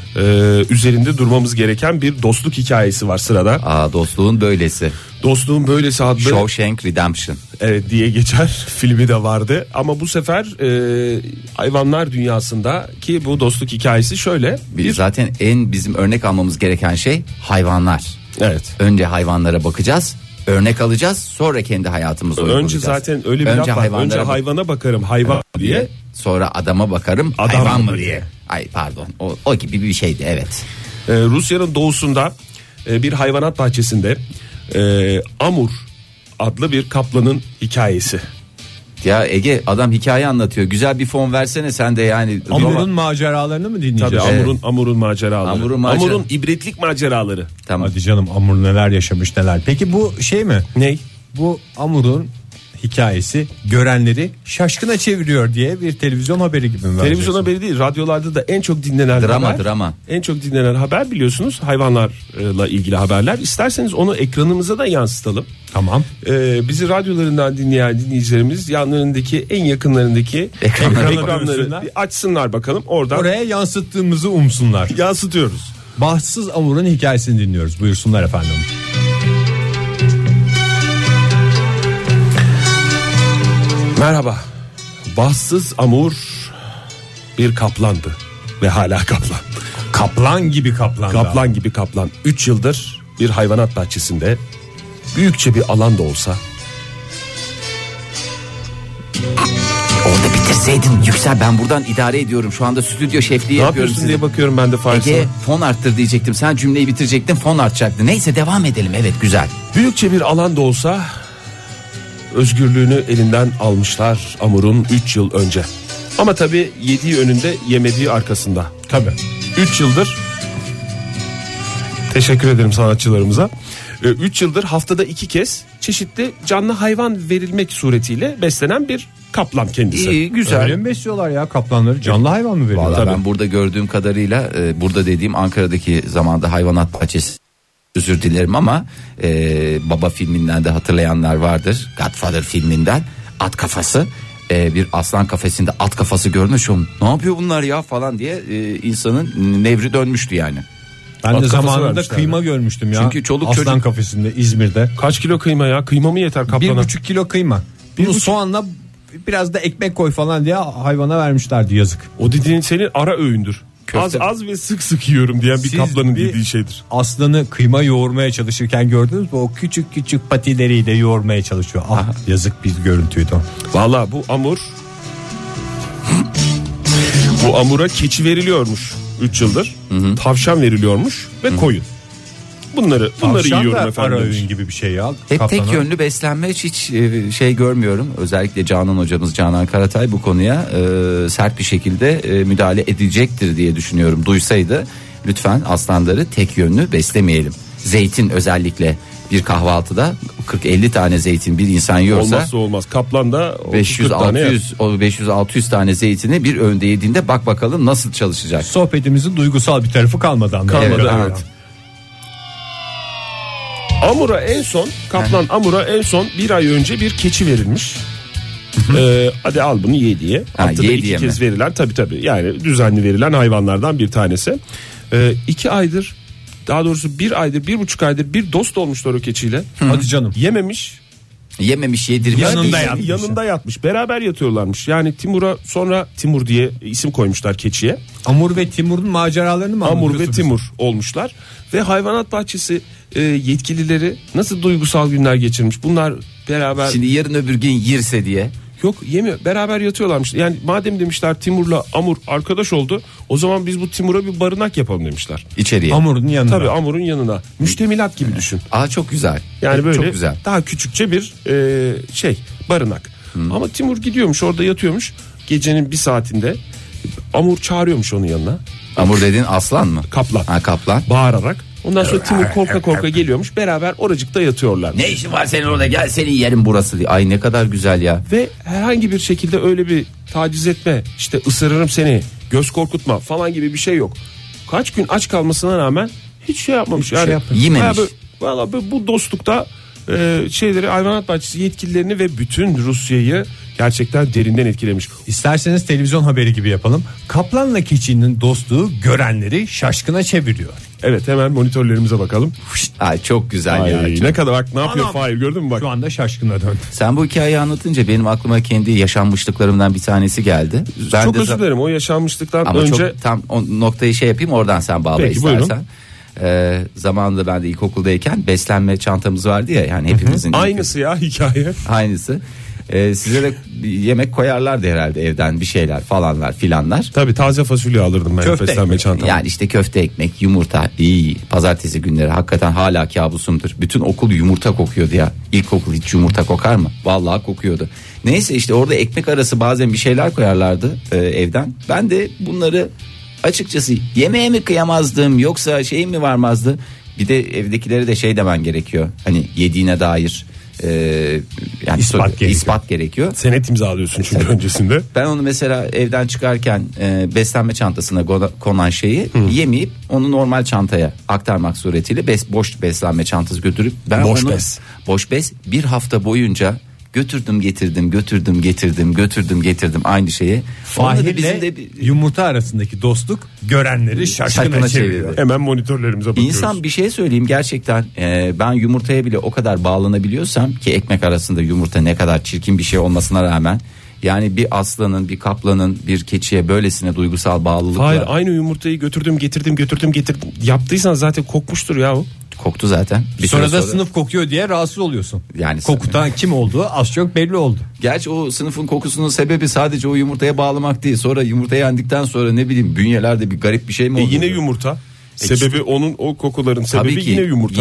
üzerinde durmamız gereken bir dostluk hikayesi var sırada.
Dostluğun böylesi.
Dostluğun böylesi adlı
Shawshank Redemption.
Evet diye geçer, filmi de vardı. Ama bu sefer hayvanlar dünyasında ki bu dostluk hikayesi şöyle.
Zaten en bizim örnek almamız gereken şey hayvanlar.
Evet.
Önce hayvanlara bakacağız. Örnek alacağız, sonra kendi hayatımızı uygulayacağız.
Önce zaten öyle bir laf var. Önce hayvana bakarım hayvan diye.
Sonra adama bakarım
Adam
hayvan
mı
mı
diye.
diye. Ay pardon, o gibi bir şeydi, evet.
Rusya'nın doğusunda bir hayvanat bahçesinde Amur adlı bir kaplanın hikayesi.
Ya Ege, adam hikaye anlatıyor. Güzel bir fon versene sen de yani.
Amur'un maceralarını mı dinleyeceğiz?
Tabii Amur'un maceraları.
Amur'un
ibretlik maceraları.
Tamam.
Hadi canım, Amur neler yaşamış neler. Peki bu şey mi?
Ney?
Bu Amur'un hikayesi görenleri şaşkına çeviriyor diye bir televizyon haberi gibi mi?
Televizyon haberi değil, radyolarda da en çok dinlenen
Drama.
En çok dinlenen haber biliyorsunuz hayvanlarla ilgili haberler. İsterseniz onu ekranımıza da yansıtalım.
Tamam.
Bizi radyolarından dinleyen dinleyicilerimiz yanlarındaki en yakınlarındaki ekranları bir açsınlar bakalım. Oradan
Oraya yansıttığımızı umsunlar.
yansıtıyoruz.
Bahtsız Amur'un hikayesini dinliyoruz. Buyursunlar efendim.
Merhaba. Bahtsız Amur bir kaplandı ve hala kaplan.
Kaplan gibi kaplan.
Kaplan gibi kaplan. 3 yıldır bir hayvanat bahçesinde, büyükçe bir alan da olsa.
Orada bitirseydin Yüksel, ben buradan idare ediyorum. Şu anda stüdyo şefliği
Ne
yapıyorum
yapıyorsun
size.
diye bakıyorum ben de Faris'e.
Ege, fon arttır diyecektim. Sen cümleyi bitirecektin, fon artacaktı. Neyse, devam edelim. Evet, güzel.
Büyükçe bir alan da olsa özgürlüğünü elinden almışlar Amur'un 3 yıl önce. Ama tabii yediği önünde, yemediği arkasında.
Tabii.
3 yıldır, teşekkür ederim sanatçılarımıza. 3 yıldır haftada 2 kez çeşitli canlı hayvan verilmek suretiyle beslenen bir kaplan kendisi.
İyi, güzel.
Öyle mi besliyorlar ya kaplanları? Canlı hayvan mı veriyorlar?
Vallahi ben burada gördüğüm kadarıyla, burada dediğim Ankara'daki zamanda hayvanat bahçesi, özür dilerim ama Baba filminden de hatırlayanlar vardır. Godfather filminden at kafası, bir aslan kafesinde at kafası görmüş. Ne yapıyor bunlar ya falan diye insanın nevri dönmüştü yani.
Ben
At
de
kafası
zamanında
vermişler
kıyma görmüştüm ya.
Çünkü çoluk
Aslan
çocuk-
kafesinde İzmir'de.
Kaç kilo kıyma ya? Kıyma mı yeter kaplana?
1,5 kilo kıyma. Bunu soğanla biraz da ekmek koy falan diye hayvana vermişlerdi, yazık.
O dediğin senin ara öğündür.
Köfte.
Az ve sık sık yiyorum diyen bir
Siz
kaplanın
bir
dediği şeydir.
Aslanı kıyma yoğurmaya çalışırken gördünüz mü? O küçük küçük patileriyle yoğurmaya çalışıyor. Ah, yazık bir görüntüydü o.
Valla bu Amur bu Amur'a keçi veriliyormuş 3 yıldır. Tavşan veriliyormuş ve koyun. Bunları
Tavşan
yiyorum
da
efendim.
ara
demiş.
öğün gibi bir şey ya.
Hep
Kaplana.
tek yönlü beslenme, hiç şey görmüyorum. Özellikle Canan hocamız Canan Karatay bu konuya sert bir şekilde müdahale edecektir diye düşünüyorum. Duysaydı lütfen aslanları tek yönlü beslemeyelim. Zeytin özellikle bir kahvaltıda 40-50 tane zeytin bir insan yiyorsa,
Olmazsa olmaz. Kaplan da
500-600 tane zeytini bir öğünde yediğinde bak bakalım nasıl çalışacak.
Sohbetimizin duygusal bir tarafı kalmadı anlamına.
kalmadı.
Evet,
Evet. Amur'a en son kaplan Amur'a en son bir ay önce bir keçi verilmiş. Hadi al bunu ye diye. Haftada
ye
2
diye
kez
mi?
verilen, tabii yani düzenli verilen hayvanlardan bir tanesi. 2 aydır, daha doğrusu 1 aydır, 1,5 aydır bir dost olmuşlar o keçiyle.
Hadi canım.
Yememiş.
Yememiş, yedirmiş.
Yanında yatmış.
Yanında yatmış. Beraber yatıyorlarmış. Yani Timur'a sonra Timur diye isim koymuşlar keçiye.
Amur ve Timur'un maceralarını mı
Amur ve
anlatıyorsun bize?
Timur olmuşlar. Ve hayvanat bahçesi yetkilileri nasıl duygusal günler geçirmiş. Bunlar beraber...
Şimdi yarın öbür gün yirse diye.
Yok, yemiyor. Beraber yatıyorlarmış. Yani madem demişler Timur'la Amur arkadaş oldu, o zaman biz bu Timur'a bir barınak yapalım demişler.
İçeriye.
Amur'un yanında.
Tabii Amur'un yanına. Müştemilat gibi düşün.
Çok güzel.
Yani böyle
çok güzel.
daha küçükçe bir barınak. Ama Timur gidiyormuş, orada yatıyormuş. Gecenin bir saatinde Amur çağırıyormuş onun yanına.
Amur dediğin aslan mı?
Kaplan.
Ha, kaplan.
Bağırarak. Ondan sonra Timur korka korka geliyormuş. Beraber oracıkta yatıyorlar.
Ne işin var senin orada, gel senin yerin burası diye. Ay ne kadar güzel ya.
Ve herhangi bir şekilde öyle bir taciz etme, işte ısırırım seni, göz korkutma falan gibi bir şey yok. Kaç gün aç kalmasına rağmen hiç şey yapmamış. Yani
Yememiş.
Valla bu dostlukta hayvanat bahçesi yetkililerini ve bütün Rusya'yı gerçekten derinden etkilemiş.
İsterseniz televizyon haberi gibi yapalım. Kaplanla keçinin dostluğu görenleri şaşkına çeviriyor.
Evet, hemen monitörlerimize bakalım.
Ay çok güzel
Ay,
ya.
ne kadar bak, ne yapıyor
Anam.
Fahir, gördün mü bak.
Şu anda şaşkına döndü.
Sen bu hikayeyi anlatınca benim aklıma kendi yaşanmışlıklarımdan bir tanesi geldi. Ben
Çok
de
özür dilerim, o yaşanmışlıktan
Ama
önce
çok tam o noktayı şey yapayım, oradan sen bağla
Peki,
istersen.
buyurun.
Zamanında ben de ilkokuldayken beslenme çantamız vardı ya, yani hepimizin.
Aynısı ya hikaye.
Aynısı. Size de yemek koyarlardı herhalde evden, bir şeyler falanlar filanlar.
Tabii taze fasulye alırdım ben
Köfte
beslenme çantama.
Yani işte köfte, ekmek, yumurta. İyi. Pazartesi günleri hakikaten hala kabusumdur. Bütün okul yumurta kokuyordu ya. İlkokul hiç yumurta kokar mı? Vallahi kokuyordu. Neyse işte orada ekmek arası bazen bir şeyler koyarlardı evden. Ben de bunları açıkçası yemeğe mi kıyamazdım, yoksa şey mi varmazdı? Bir de evdekilere de şey demen gerekiyor. Hani yediğine dair yani ispat gerekiyor.
Senet imzalıyorsun çünkü öncesinde.
Ben onu mesela evden çıkarken beslenme çantasına konan şeyi yemeyip onu normal çantaya aktarmak suretiyle boş beslenme çantası götürüp ben boş bes bir hafta boyunca götürdüm getirdim aynı şeyi.
Fahir'le yumurta arasındaki dostluk görenleri şaşkına çeviriyor.
Hemen monitörlerimize bakıyoruz.
İnsan, bir şey söyleyeyim gerçekten, ben yumurtaya bile o kadar bağlanabiliyorsam ki ekmek arasında yumurta ne kadar çirkin bir şey olmasına rağmen, yani bir aslanın, bir kaplanın bir keçiye böylesine duygusal bağlılıkla.
Hayır, aynı yumurtayı götürdüm getirdim yaptıysan zaten kokmuştur ya o.
Koktu zaten.
Sonra da sınıf kokuyor diye rahatsız oluyorsun.
Yani
kokutan kim olduğu az çok belli oldu.
Gerçi o sınıfın kokusunun sebebi sadece o yumurtaya bağlamak değil. Sonra yumurta yendikten sonra ne bileyim bünyelerde bir garip bir şey mi oldu?
Yine yumurta. Sebebi onun, o kokuların sebebi
ki,
yine yumurta.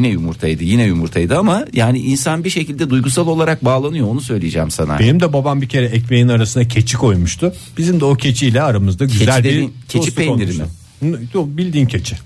Yine yumurtaydı ama yani insan bir şekilde duygusal olarak bağlanıyor, onu söyleyeceğim sana.
Benim de babam bir kere ekmeğin arasına keçi koymuştu. Bizim de o keçiyle aramızda güzel
keçi peyniri mi?
Bildiğin keçi.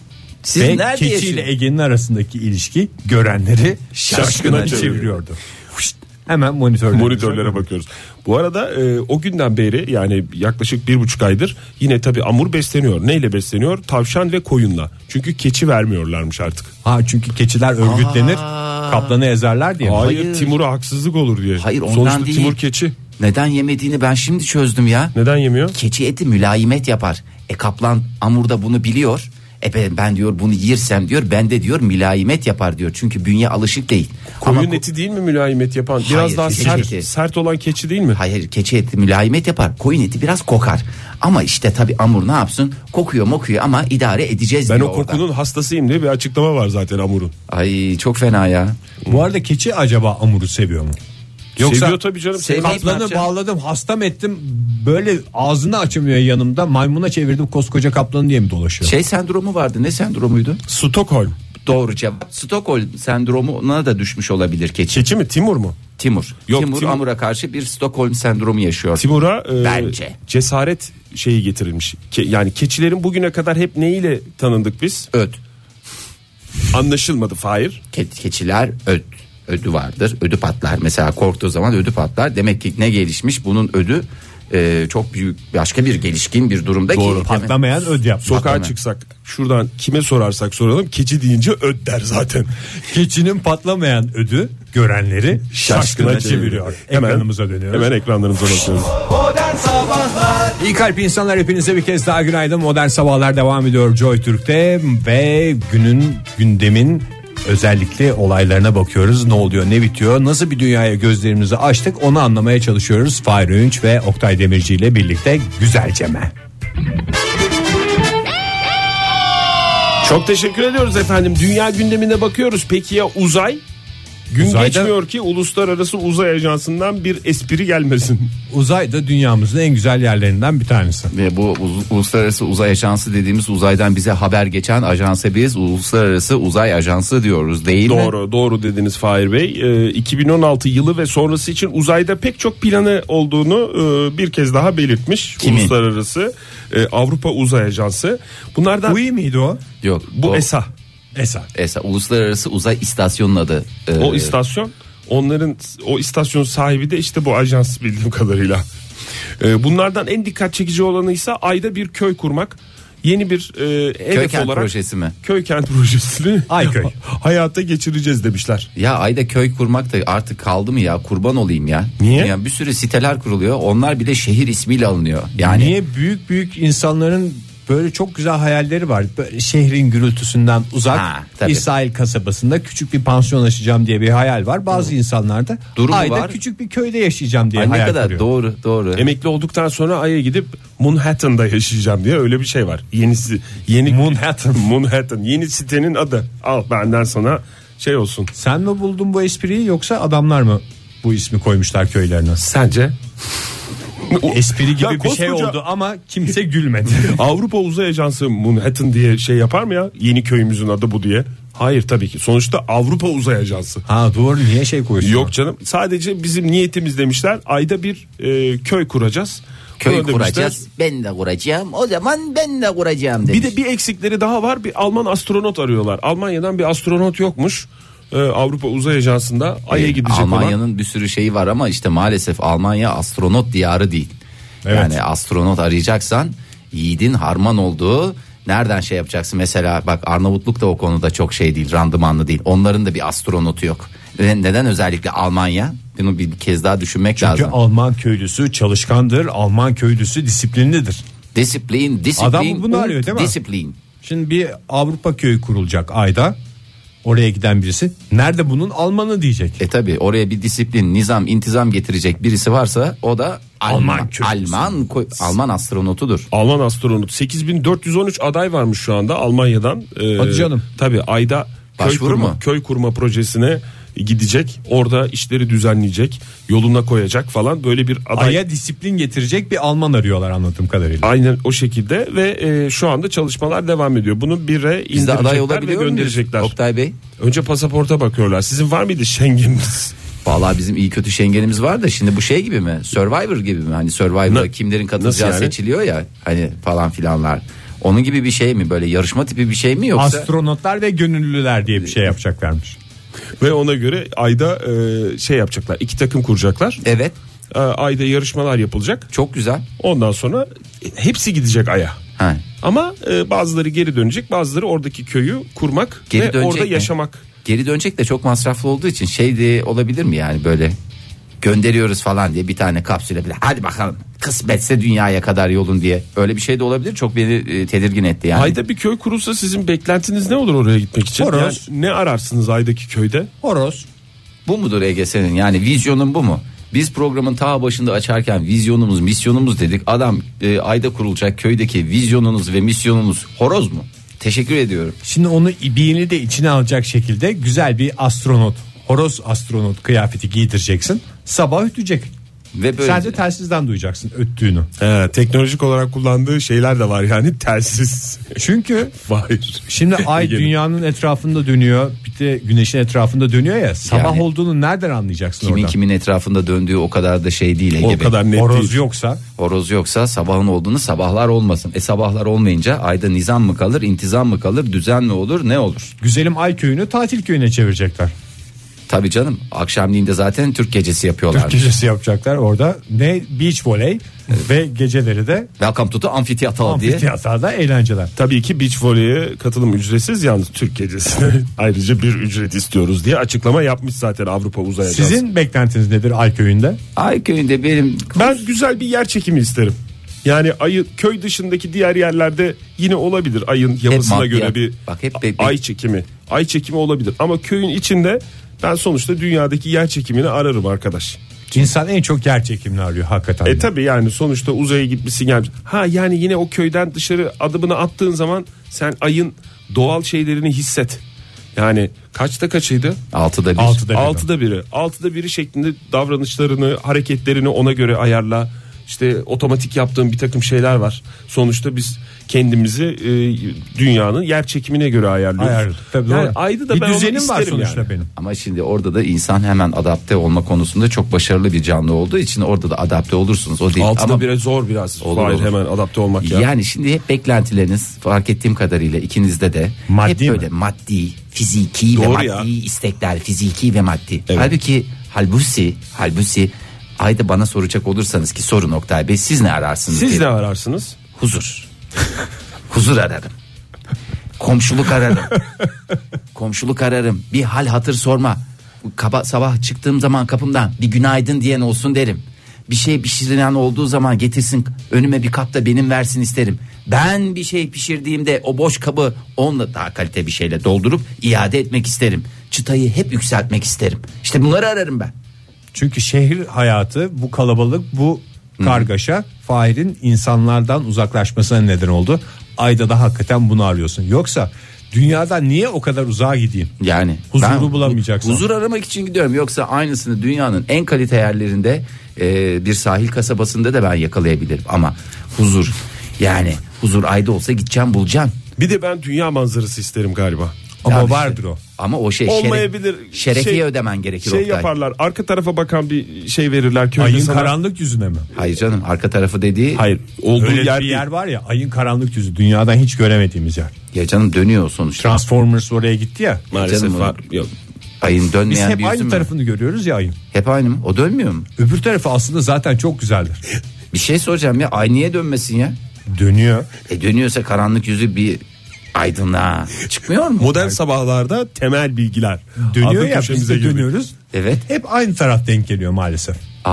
Siz
ve
nerede
keçi ile Ege'nin arasındaki ilişki görenleri şaşkına çeviriyordu. Hemen monitörlere
bakıyoruz. Bu arada o günden beri, yani yaklaşık 1,5 aydır yine tabii amur besleniyor. Neyle besleniyor? Tavşan ve koyunla. Çünkü keçi vermiyorlarmış artık.
Çünkü keçiler örgütlenir, kaplanı ezerler diye.
Hayır, Timur'a haksızlık olur diye.
Hayır, ondan
sonuçta
değil.
Timur keçi.
Neden yemediğini ben şimdi çözdüm ya.
Neden yemiyor?
Keçi eti mülayimet yapar. Kaplan amur da bunu biliyor. Ben diyor bunu yersem diyor, bende diyor mülayimet yapar diyor. Çünkü bünye alışık değil.
Koyun eti değil mi mülayimet yapan? Biraz daha sert olan keçi değil mi?
Hayır, keçi eti mülayimet yapar. Koyun eti biraz kokar. Ama işte tabii amur ne yapsın? Kokuyor ama idare edeceğiz
ben
diyor.
Ben o kokunun hastasıyım diye bir açıklama var zaten amurun.
Ay çok fena ya.
Bu arada keçi acaba amuru seviyor mu?
Yoksa seviyor tabii canım.
Kaplanı bağladım, hastam ettim, böyle ağzını açamıyor yanımda, maymuna çevirdim koskoca kaplanı diye mi dolaşıyor?
Sendromu vardı, ne sendromuydu?
Stockholm.
Doğru cevap. Stockholm sendromuna da düşmüş olabilir keçi.
Keçi mi, Timur mu?
Timur amura karşı bir Stockholm sendromu yaşıyor.
Timur'a
bence
cesaret şeyi getirilmiş. Yani keçilerin bugüne kadar hep neyiyle tanındık biz?
Öd.
Anlaşılmadı Fahir.
Keçiler ödü vardır. Ödü patlar. Mesela korktuğu zaman ödü patlar. Demek ki ne gelişmiş? Bunun ödü çok büyük, başka bir gelişkin bir durumda.
Doğru.
Ki
patlamayan öd yap.
Sokağa çıksak, şuradan kime sorarsak soralım, keçi deyince öd der zaten.
Keçinin patlamayan ödü görenleri şaşkına çeviriyor. Ekranımıza dönüyoruz.
Hemen ekranlarımıza bakıyoruz.
Modern Sabahlar.
İyi kalp insanlar, hepinize bir kez daha günaydın. Modern Sabahlar devam ediyor Joy Türk'te ve gündemin özellikle olaylarına bakıyoruz. Ne oluyor, ne bitiyor, nasıl bir dünyaya gözlerimizi açtık, onu anlamaya çalışıyoruz. Fahir Öğünç ve Oktay Demirci ile birlikte güzelceme.
Çok teşekkür ediyoruz efendim. Dünya gündemine bakıyoruz. Peki ya uzay? Uzayda geçmiyor ki Uluslararası Uzay Ajansı'ndan bir espri gelmesin.
Uzay da dünyamızın en güzel yerlerinden bir tanesi.
Ve bu Uluslararası Uzay Ajansı dediğimiz, uzaydan bize haber geçen ajansa biz Uluslararası Uzay Ajansı diyoruz, değil mi?
Doğru dediniz Fahir Bey. 2016 yılı ve sonrası için uzayda pek çok planı olduğunu bir kez daha belirtmiş.
Kimin?
Uluslararası Avrupa Uzay Ajansı. Bunlardan
UI miydi o?
Yok.
Bu ESA.
ESA Uluslararası Uzay İstasyonu'nun adı.
O istasyon, onların o istasyonun sahibi de işte bu ajans bildiğim kadarıyla. Bunlardan en dikkat çekici olanı ise ayda bir köy kurmak. Yeni bir hedef
kent
olarak
projesi mi?
Köy kent projesini
Ayköy
hayata geçireceğiz demişler.
Ya ayda köy kurmak da artık kaldı mı ya, kurban olayım ya.
Niye?
Yani bir sürü siteler kuruluyor, onlar bile şehir ismiyle alınıyor. Yani
niye büyük insanların böyle çok güzel hayalleri var. Böyle şehrin gürültüsünden uzak,
tabii.
İsrail kasabasında küçük bir pansiyon açacağım diye bir hayal var. Bazı insanlarda
Durumu
ayda
var.
küçük bir köyde yaşayacağım diye
Ay, ne
hayal
kadar
kuruyor.
doğru.
Emekli olduktan sonra Ay'a gidip Manhattan'da yaşayacağım diye öyle bir şey var. Yeni Manhattan yeni sitenin adı. Al benden sana şey olsun.
Sen mi buldun bu espriyi yoksa adamlar mı bu ismi koymuşlar köylerine?
Sence?
Espri gibi
Ya
bir şey
koskoca-
oldu ama kimse gülmedi.
Avrupa Uzay Ajansı Manhattan diye şey yapar mı ya? Yeni köyümüzün adı bu diye. Hayır tabii ki. Sonuçta Avrupa Uzay Ajansı.
Ha doğru, niye şey koyuyorsun?
Yok canım. Sadece bizim niyetimiz demişler. Ayda bir köy kuracağız.
Köy
Buna demişler.
kuracağız. Ben de kuracağım. O zaman ben de kuracağım demiş.
Bir de bir eksikleri daha var. Bir Alman astronot arıyorlar. Almanya'dan bir astronot yokmuş. Avrupa Uzay Ajansı'nda Ay'a gidecek olan.
Almanya'nın bir sürü şeyi var ama işte maalesef Almanya astronot diyarı değil.
Evet.
Yani astronot arayacaksan yiğidin harman olduğu nereden şey yapacaksın? Mesela bak Arnavutluk da o konuda çok şey değil, randımanlı değil. Onların da bir astronotu yok. Neden özellikle Almanya? Bunu bir kez daha düşünmek
Çünkü
lazım.
Alman köylüsü çalışkandır, Alman köylüsü disiplinlidir.
Disiplin.
Adam bunu arıyor değil mi?
Disiplin.
Şimdi bir Avrupa köyü kurulacak ayda. Oraya giden birisi nerede bunun Almanı diyecek.
Tabi oraya bir disiplin, nizam, intizam getirecek birisi varsa o da
Alman köylüsü.
Alman astronotudur.
Alman astronot 8413 aday varmış şu anda Almanya'dan.
Hadi canım.
Tabii ayda
Başvuru mu?
köy kurma projesine gidecek. Orada işleri düzenleyecek, yoluna koyacak falan böyle bir aday.
Ay'a disiplin getirecek bir Alman arıyorlar anladığım kadarıyla.
Aynen o şekilde ve şu anda çalışmalar devam ediyor. Bunu bire
Biz de aday
indirecekler ve
olabiliyor muyuz?
gönderecekler.
Oktay Bey.
Önce pasaporta bakıyorlar. Sizin var mıydı Schengen'iniz?
Vallahi bizim iyi kötü Schengen'imiz var da şimdi bu şey gibi mi? Survivor gibi mi? Hani Survivor'da kimlerin katılacağı
nasıl yani?
seçiliyor ya hani falan filanlar. Onun gibi bir şey mi? Böyle yarışma tipi bir şey mi yoksa?
Astronotlar ve gönüllüler diye bir şey yapacaklarmış.
Ve ona göre ayda şey yapacaklar. 2 takım kuracaklar.
Evet.
Ayda yarışmalar yapılacak.
Çok güzel.
Ondan sonra hepsi gidecek Ay'a.
Ha.
Ama bazıları geri dönecek, bazıları oradaki köyü kurmak
Geri
ve
dönecek
orada
mi?
yaşamak.
Geri dönecek de çok masraflı olduğu için şey de olabilir mi yani böyle gönderiyoruz falan diye bir tane kapsüle bile hadi bakalım kısmetse dünyaya kadar yolun diye öyle bir şey de olabilir. Çok beni tedirgin etti yani.
Ayda bir köy kurulsa sizin beklentiniz ne olur oraya gitmek için?
Horoz.
Yani ne ararsınız aydaki köyde?
Horoz.
Bu mudur Ege senin yani vizyonun bu mu? Biz programın ta başında açarken vizyonumuz misyonumuz dedik. Adam ayda kurulacak köydeki vizyonunuz ve misyonunuz horoz mu? Teşekkür ediyorum.
Şimdi onu ibiğini de içine alacak şekilde güzel bir astronot, horoz astronot kıyafeti giydireceksin. Sabah ötecek.
Ve böyle
Sen de telsizden duyacaksın öttüğünü.
Teknolojik olarak kullandığı şeyler de var yani telsiz.
Çünkü
Hayır.
şimdi ay dünyanın etrafında dönüyor, bir de güneşin etrafında dönüyor ya. Sabah
Yani
olduğunu nereden anlayacaksın
kimin
oradan?
kimin etrafında döndüğü o kadar da şey değil Ege
O
Bey.
kadar net
Horoz
değil.
yoksa
Horoz yoksa sabahın olduğunu sabahlar olmasın. Sabahlar olmayınca ayda nizam mı kalır, intizam mı kalır, düzen mi olur, ne olur?
güzelim ay köyünü tatil köyüne çevirecekler.
Tabii canım akşamleyin de zaten Türk gecesi yapıyorlar.
Türk gecesi yapacaklar orada. Ne beach voley ve geceleri de
Welcome to the Amphitheater diye.
amfiteyatrda eğlenceler.
Tabii ki beach voley'e katılım ücretsiz, yalnız Türk gecesine ayrıca bir ücret istiyoruz diye açıklama yapmış zaten Avrupa Uzay Ajansı.
Sizin beklentiniz nedir ay köyünde?
Ay köyünde benim
Ben güzel bir yer çekimi isterim. Yani ayı köy dışındaki diğer yerlerde yine olabilir ayın yapısına
maddiyat.
göre bir
Bak hep
ay çekimi. Ay çekimi olabilir ama köyün içinde ben sonuçta dünyadaki yer çekimini ararım arkadaş.
İnsan en çok yer çekimini arıyor hakikaten.
Tabi yani sonuçta uzaya gitmişsin gelmiş. Ha yani yine o köyden dışarı adımını attığın zaman sen ayın doğal şeylerini hisset. Yani kaçta kaçıydı?
6'da 1.
Altıda bir.
Altıda biri şeklinde davranışlarını, hareketlerini ona göre ayarla. İşte otomatik yaptığım bir takım şeyler var. Sonuçta biz kendimizi dünyanın yer çekimine göre ayarlıyoruz.
Tabii
Yani
doğru.
ayda da
bir
ben onu
düzenim var
isterim
sonuçta
yani.
benim.
Ama şimdi orada da insan hemen adapte olma konusunda çok başarılı bir canlı olduğu için orada da adapte olursunuz. O değil.
Altıda
Ama
bire zor biraz.
Olur,
Hayır,
olur.
hemen adapte olmak ya.
yani şimdi hep beklentileriniz fark ettiğim kadarıyla ikinizde de
Maddi
hep
mi?
böyle maddi, fiziki ve
Doğru
maddi
ya.
istekler, fiziki ve maddi.
Evet.
Halbuki ayda bana soracak olursanız ki sorun Oktay Bey siz ne ararsınız?
Siz
diye.
ne ararsınız?
Huzur. Huzur ararım. Komşuluk ararım. Komşuluk ararım. Bir hal hatır sorma. Sabah çıktığım zaman kapımdan bir günaydın diyen olsun derim. bir şey pişirilen olduğu zaman getirsin önüme bir kap da benim versin isterim. Ben bir şey pişirdiğimde o boş kabı onunla daha kalite bir şeyle doldurup iade etmek isterim. Çıtayı hep yükseltmek isterim. İşte bunları ararım ben.
Çünkü şehir hayatı, bu kalabalık, bu kargaşa Fahir'in insanlardan uzaklaşmasına neden oldu. Ayda da hakikaten bunu arıyorsun. Yoksa dünyadan niye o kadar uzağa gideyim?
Yani
huzuru bulamayacaksın.
Huzur aramak için gidiyorum. Yoksa aynısını dünyanın en kalite yerlerinde bir sahil kasabasında da ben yakalayabilirim. Ama huzur, yani huzur ayda olsa gideceğim bulacağım.
Bir de ben dünya manzarası isterim galiba.
Ama
Ya işte,
vardır o.
Ama o şey
Olmayabilir.
şerefiye ödemen gerekir.
Şey
Oktay.
yaparlar, arka tarafa bakan bir şey verirler köyde
Ayın
sana.
karanlık yüzüne mi?
Hayır canım, arka tarafı dediği.
Hayır, olduğu
Öyle
yer
bir
değil.
yer var ya, ayın karanlık yüzü, dünyadan hiç göremediğimiz yer.
Ya canım, dönüyor sonuçta.
Transformers oraya gitti ya.
Maalesef
Canım,
var. Yok.
Ayın
Biz
dönmeyen
hep
bir yüzü
aynı
mü?
tarafını görüyoruz ya ayın.
Hep aynı mı? O dönmüyor mu?
Öbür tarafı aslında zaten çok güzeldir.
Bir şey soracağım ya, ay niye dönmesin ya?
Dönüyor.
Dönüyorsa karanlık yüzü bir aydınlığa çıkmıyor mu?
Modern sabahlarda temel bilgiler.
Dönüyor
Adlı
ya, biz
köşemize
de
girdik.
dönüyoruz.
Evet.
Hep aynı taraf denk geliyor maalesef.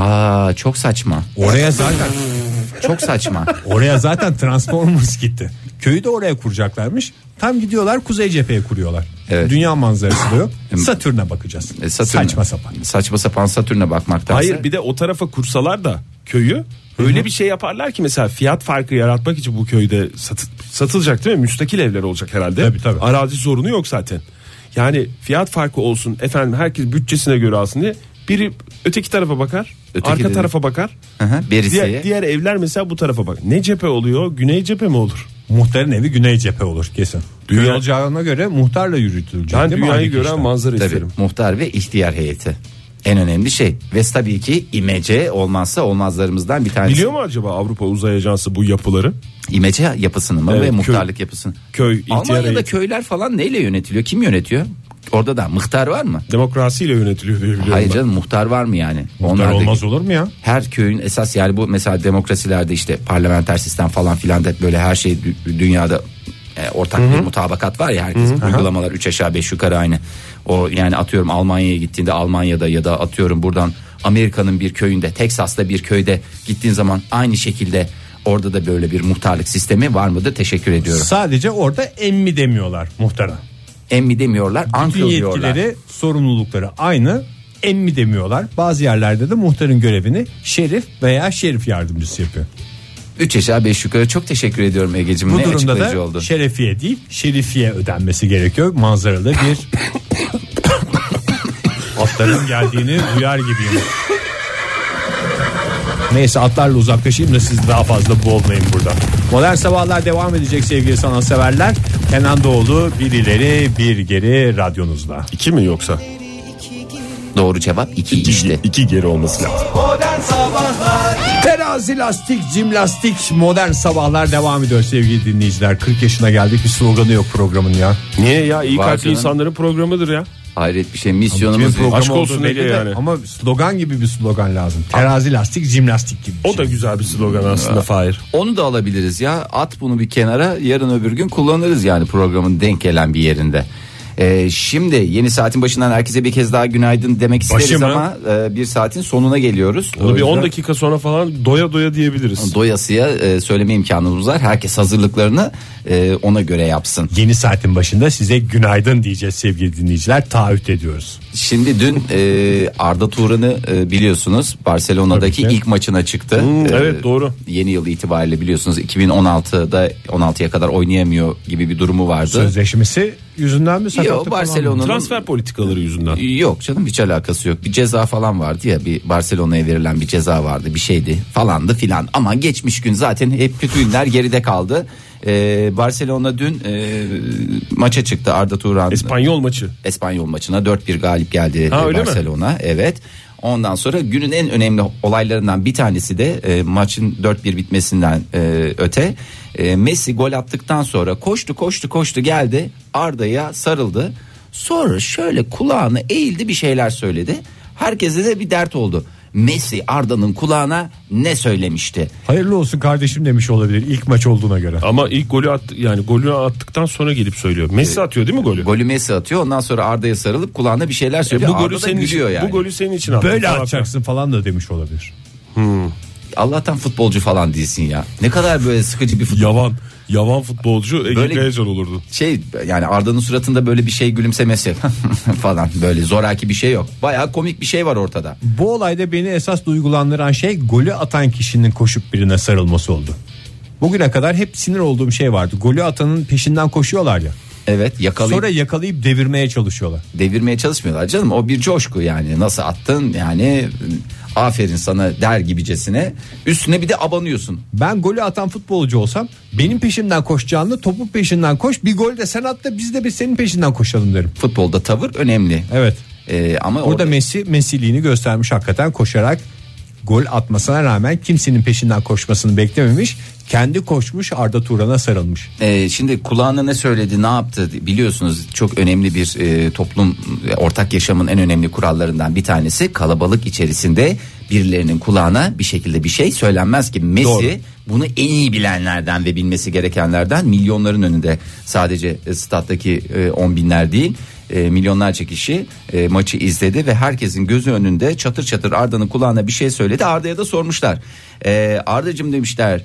Çok saçma.
Oraya zaten
Çok saçma.
oraya zaten Transformers gitti. Köyü de oraya kuracaklarmış. Tam gidiyorlar kuzey cepheye kuruyorlar.
Evet.
Dünya manzarası da yok. Satürn'e bakacağız. Saçma sapan.
Saçma sapan Satürn'e bakmaktansa.
Hayır, bir de o tarafa kursalar da köyü öyle bir şey yaparlar ki mesela fiyat farkı yaratmak için bu köyde satılacak değil mi? Müstakil evler olacak herhalde.
Tabii.
Arazi sorunu yok zaten. Yani fiyat farkı olsun, efendim herkes bütçesine göre alsın diye biri öteki tarafa bakar,
Öteki
arka
dedi.
tarafa bakar.
Berisiye.
Diğer evler mesela bu tarafa bak. Ne cephe oluyor? Güney cephe mi olur?
Muhtarın evi güney cephe olur kesin.
Dünya-
Köy olacağına göre muhtarla yürütülecek
Ben
değil mi?
dünyayı
Aynı
gören
kişiden.
manzara
Tabii,
isterim.
muhtar ve ihtiyar heyeti. En önemli şey. Ve tabii ki İMC olmazsa olmazlarımızdan bir tanesi.
Biliyor mu acaba Avrupa Uzay Ajansı bu yapıları?
İMC yapısını mı
Evet,
ve
köy-
muhtarlık yapısını?
Köy, ihtiyar
Almanya'da
heyeti.
köyler falan neyle yönetiliyor? Kim yönetiyor? Orada da muhtar var mı?
Demokrasiyle yönetiliyor diye biliyorum
Hayır
ben.
canım, muhtar var mı yani?
Muhtar
Onlar da-
olmaz olur mu ya?
Her köyün esas, yani bu mesela demokrasilerde işte parlamenter sistem falan filan da böyle her şey dünyada ortak bir mutabakat var ya, herkes uygulamalar 3 aşağı 5 yukarı aynı. O yani atıyorum Almanya'ya gittiğinde Almanya'da ya da atıyorum buradan Amerika'nın bir köyünde, Teksas'ta bir köyde gittiğin zaman aynı şekilde orada da böyle bir muhtarlık sistemi var mıdır? Teşekkür ediyorum.
Sadece orada emmi demiyorlar muhtara.
Emmi demiyorlar,
Bütün
uncle diyorlar.
yetkileri, sorumlulukları aynı. Emmi demiyorlar. Bazı yerlerde de muhtarın görevini şerif veya şerif yardımcısı yapıyor.
3 aşağı 5 yukarı, çok teşekkür ediyorum Egeciğim.
Bu
Ne
durumda
açıklayıcı
da
oldu.
şerefiye değil şerifiye ödenmesi gerekiyor. Manzaralı bir atların geldiğini duyar gibiyim. Neyse, atlarla uzaklaşayım da siz daha fazla boğulmayın burada. Modern Sabahlar devam edecek sevgili sanatseverler. Kenan Doğulu bir ileri bir geri radyonuzda.
2 mi yoksa?
Doğru cevap 2 işte.
2 geri olması lazım.
Modern Sabahlar
Terazi lastik, cimnastik, modern sabahlar devam ediyor sevgili dinleyiciler. 40 yaşına geldik, bir sloganı yok programın ya.
Niye ya? İyi
Var
kalpli
canım.
insanların programıdır ya.
Hayret bir şey,
Kimin
misyonumuz.
programı
Aşk
olduğu
olsun
belli
Ege
de
yani.
ama slogan gibi bir slogan lazım. Terazi lastik, cimnastik gibi bir
O
şey.
da güzel bir slogan aslında Fahir.
Onu da alabiliriz ya. At bunu bir kenara, yarın öbür gün kullanırız yani programın denk gelen bir yerinde. Şimdi yeni saatin başından herkese bir kez daha günaydın demek isteriz
Başı mı?
ama bir saatin sonuna geliyoruz.
Onu bir 10 dakika sonra falan doya doya diyebiliriz.
Doyasıya söyleme imkanımız var. Herkes hazırlıklarını ona göre yapsın.
Yeni saatin başında size günaydın diyeceğiz sevgili dinleyiciler, taahhüt ediyoruz.
Şimdi dün Arda Turan'ı biliyorsunuz Barcelona'daki
Tabii ki.
ilk maçına çıktı.
Evet, doğru.
Yeni yıl itibariyle biliyorsunuz 2016'da 16'ya kadar oynayamıyor gibi bir durumu vardı.
Sözleşmesi yüzünden mi sakatlık
Yok,
falan mı?
Barcelona'nın
Transfer politikaları yüzünden.
Yok canım, hiç alakası yok. Bir ceza falan vardı ya, bir Barcelona'ya verilen bir ceza vardı, bir şeydi falandı filan, ama geçmiş gün zaten hep kötü günler geride kaldı. Barcelona dün maça çıktı, Arda Turan
İspanyol maçı.
Espanyol maçına 4-1 galip geldi
Öyle mi?
Barcelona. Evet. Ondan sonra günün en önemli olaylarından bir tanesi de maçın 4-1 bitmesinden öte Messi gol attıktan sonra koştu geldi, Arda'ya sarıldı. Sonra şöyle kulağına eğildi, bir şeyler söyledi. Herkese de bir dert oldu. Messi Arda'nın kulağına ne söylemişti?
Hayırlı olsun kardeşim demiş olabilir ilk maç olduğuna göre.
Ama ilk golü attı, yani golü attıktan sonra gelip söylüyor. Messi atıyor değil mi golü?
Golü Messi atıyor, ondan sonra Arda'ya sarılıp kulağına bir şeyler söylüyor.
Bu golü
Arda da
senin için,
gülüyor yani.
bu golü senin için attı.
Böyle
falan.
atacaksın falan da demiş olabilir.
Allah'tan futbolcu falan değilsin ya. Ne kadar böyle sıkıcı bir futbol.
Yavan futbolcu Ege
Böyle-
Kayacan olurdu.
Yani Arda'nın suratında böyle bir şey gülümsemesi falan, böyle zoraki bir şey yok. Bayağı komik bir şey var ortada.
Bu olayda beni esas duygulandıran şey golü atan kişinin koşup birine sarılması oldu. Bugüne kadar hep sinir olduğum şey vardı. Golü atanın peşinden koşuyorlar ya.
Evet,
Sonra yakalayıp devirmeye çalışıyorlar.
devirmeye çalışmıyorlar canım. O bir coşku yani. Nasıl attın yani, aferin sana der gibicesine. Üstüne bir de abanıyorsun.
Ben golü atan futbolcu olsam benim peşimden koşacağını topun peşinden koş. Bir gol de sen at da biz de senin peşinden koşalım derim.
Futbolda tavır önemli.
Evet.
Ama
Orada Messi'liğini göstermiş, hakikaten koşarak gol atmasına rağmen kimsenin peşinden koşmasını beklememiş. Kendi koşmuş, Arda Turan'a sarılmış.
Şimdi kulağına ne söyledi, ne yaptı biliyorsunuz, çok önemli bir toplum, ortak yaşamın en önemli kurallarından bir tanesi, kalabalık içerisinde birilerinin kulağına bir şekilde bir şey söylenmez ki. Messi
Doğru.
bunu en iyi bilenlerden ve bilmesi gerekenlerden, milyonların önünde, sadece stattaki 10 binler değil, milyonlarca kişi maçı izledi ve herkesin gözü önünde çatır çatır Arda'nın kulağına bir şey söyledi. Arda'ya da sormuşlar. Arda'cığım demişler.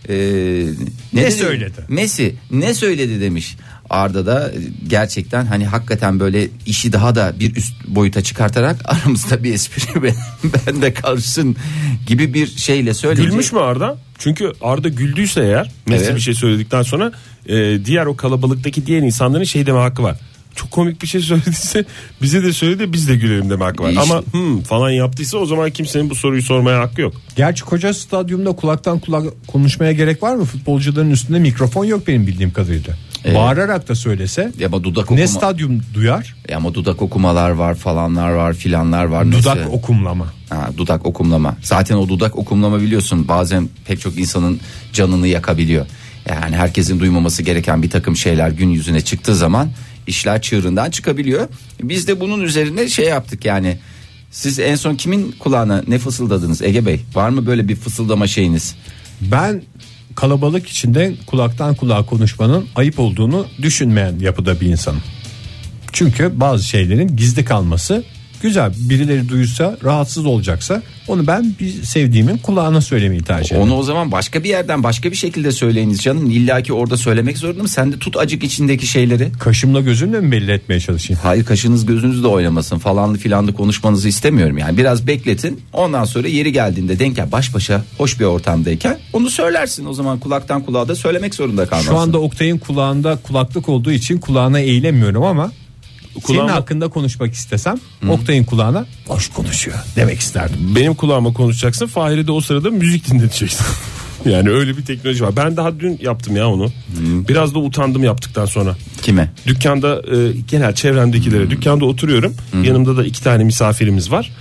Ne
dedi?
söyledi?
Messi ne söyledi demiş. Arda da gerçekten hani hakikaten böyle işi daha da bir üst boyuta çıkartarak aramızda bir espri ben de kalsın gibi bir şeyle söyleyecek.
Gülmüş mü Arda? Çünkü Arda güldüyse eğer Messi
Evet.
bir şey söyledikten sonra diğer o kalabalıktaki diğer insanların şey deme hakkı var. Çok komik bir şey söylediyse bize de söyle, biz de gülelim deme hakkı var.
İşte.
Ama falan yaptıysa o zaman kimsenin bu soruyu sormaya hakkı yok.
Gerçi koca stadyumda kulaktan kulağa konuşmaya gerek var mı? Futbolcuların üstünde mikrofon yok benim bildiğim kadarıyla. Bağırarak da söylese
Ama dudak
ne
okuma,
stadyum duyar?
ama dudak okumalar var, falanlar var, filanlar var.
Dudak
Nasıl?
okumlama.
Dudak okumlama. Zaten o dudak okumlama biliyorsun bazen pek çok insanın canını yakabiliyor. Yani herkesin duymaması gereken bir takım şeyler gün yüzüne çıktığı zaman işler çığırından çıkabiliyor. Biz de bunun üzerine şey yaptık yani. Siz en son kimin kulağına ne fısıldadınız Ege Bey? Var mı böyle bir fısıldama şeyiniz?
Ben kalabalık içinde kulaktan kulağa konuşmanın ayıp olduğunu düşünmeyen yapıda bir insanım. Çünkü bazı şeylerin gizli kalması güzel. Birileri duyursa, rahatsız olacaksa onu ben bir sevdiğimin kulağına söylemeyi tercih ederim.
Onu o zaman başka bir yerden başka bir şekilde söyleyiniz canım. İlla ki orada söylemek zorunda mı? Sen de tut acık içindeki şeyleri.
Kaşımla gözümle mi belli etmeye çalışayım?
Hayır, kaşınız gözünüz de oynamasın falanlı filanlı konuşmanızı istemiyorum yani. Biraz bekletin, ondan sonra yeri geldiğinde denk gel, baş başa hoş bir ortamdayken onu söylersin. O zaman kulaktan kulağa da söylemek zorunda kalmazsın.
Şu anda Oktay'ın kulağında kulaklık olduğu için kulağına eğilemiyorum ama senin
Kulağıma-
hakkında konuşmak istesem Oktay'ın kulağına boş konuşuyor demek isterdim.
Benim kulağıma konuşacaksın, Fahir'e de o sırada müzik dinleteceksin. Yani öyle bir teknoloji var. Ben daha dün yaptım ya onu. Biraz da utandım yaptıktan sonra.
Kime?
Dükkanda genel çevremdekilere, dükkanda oturuyorum. Yanımda da 2 tane misafirimiz var.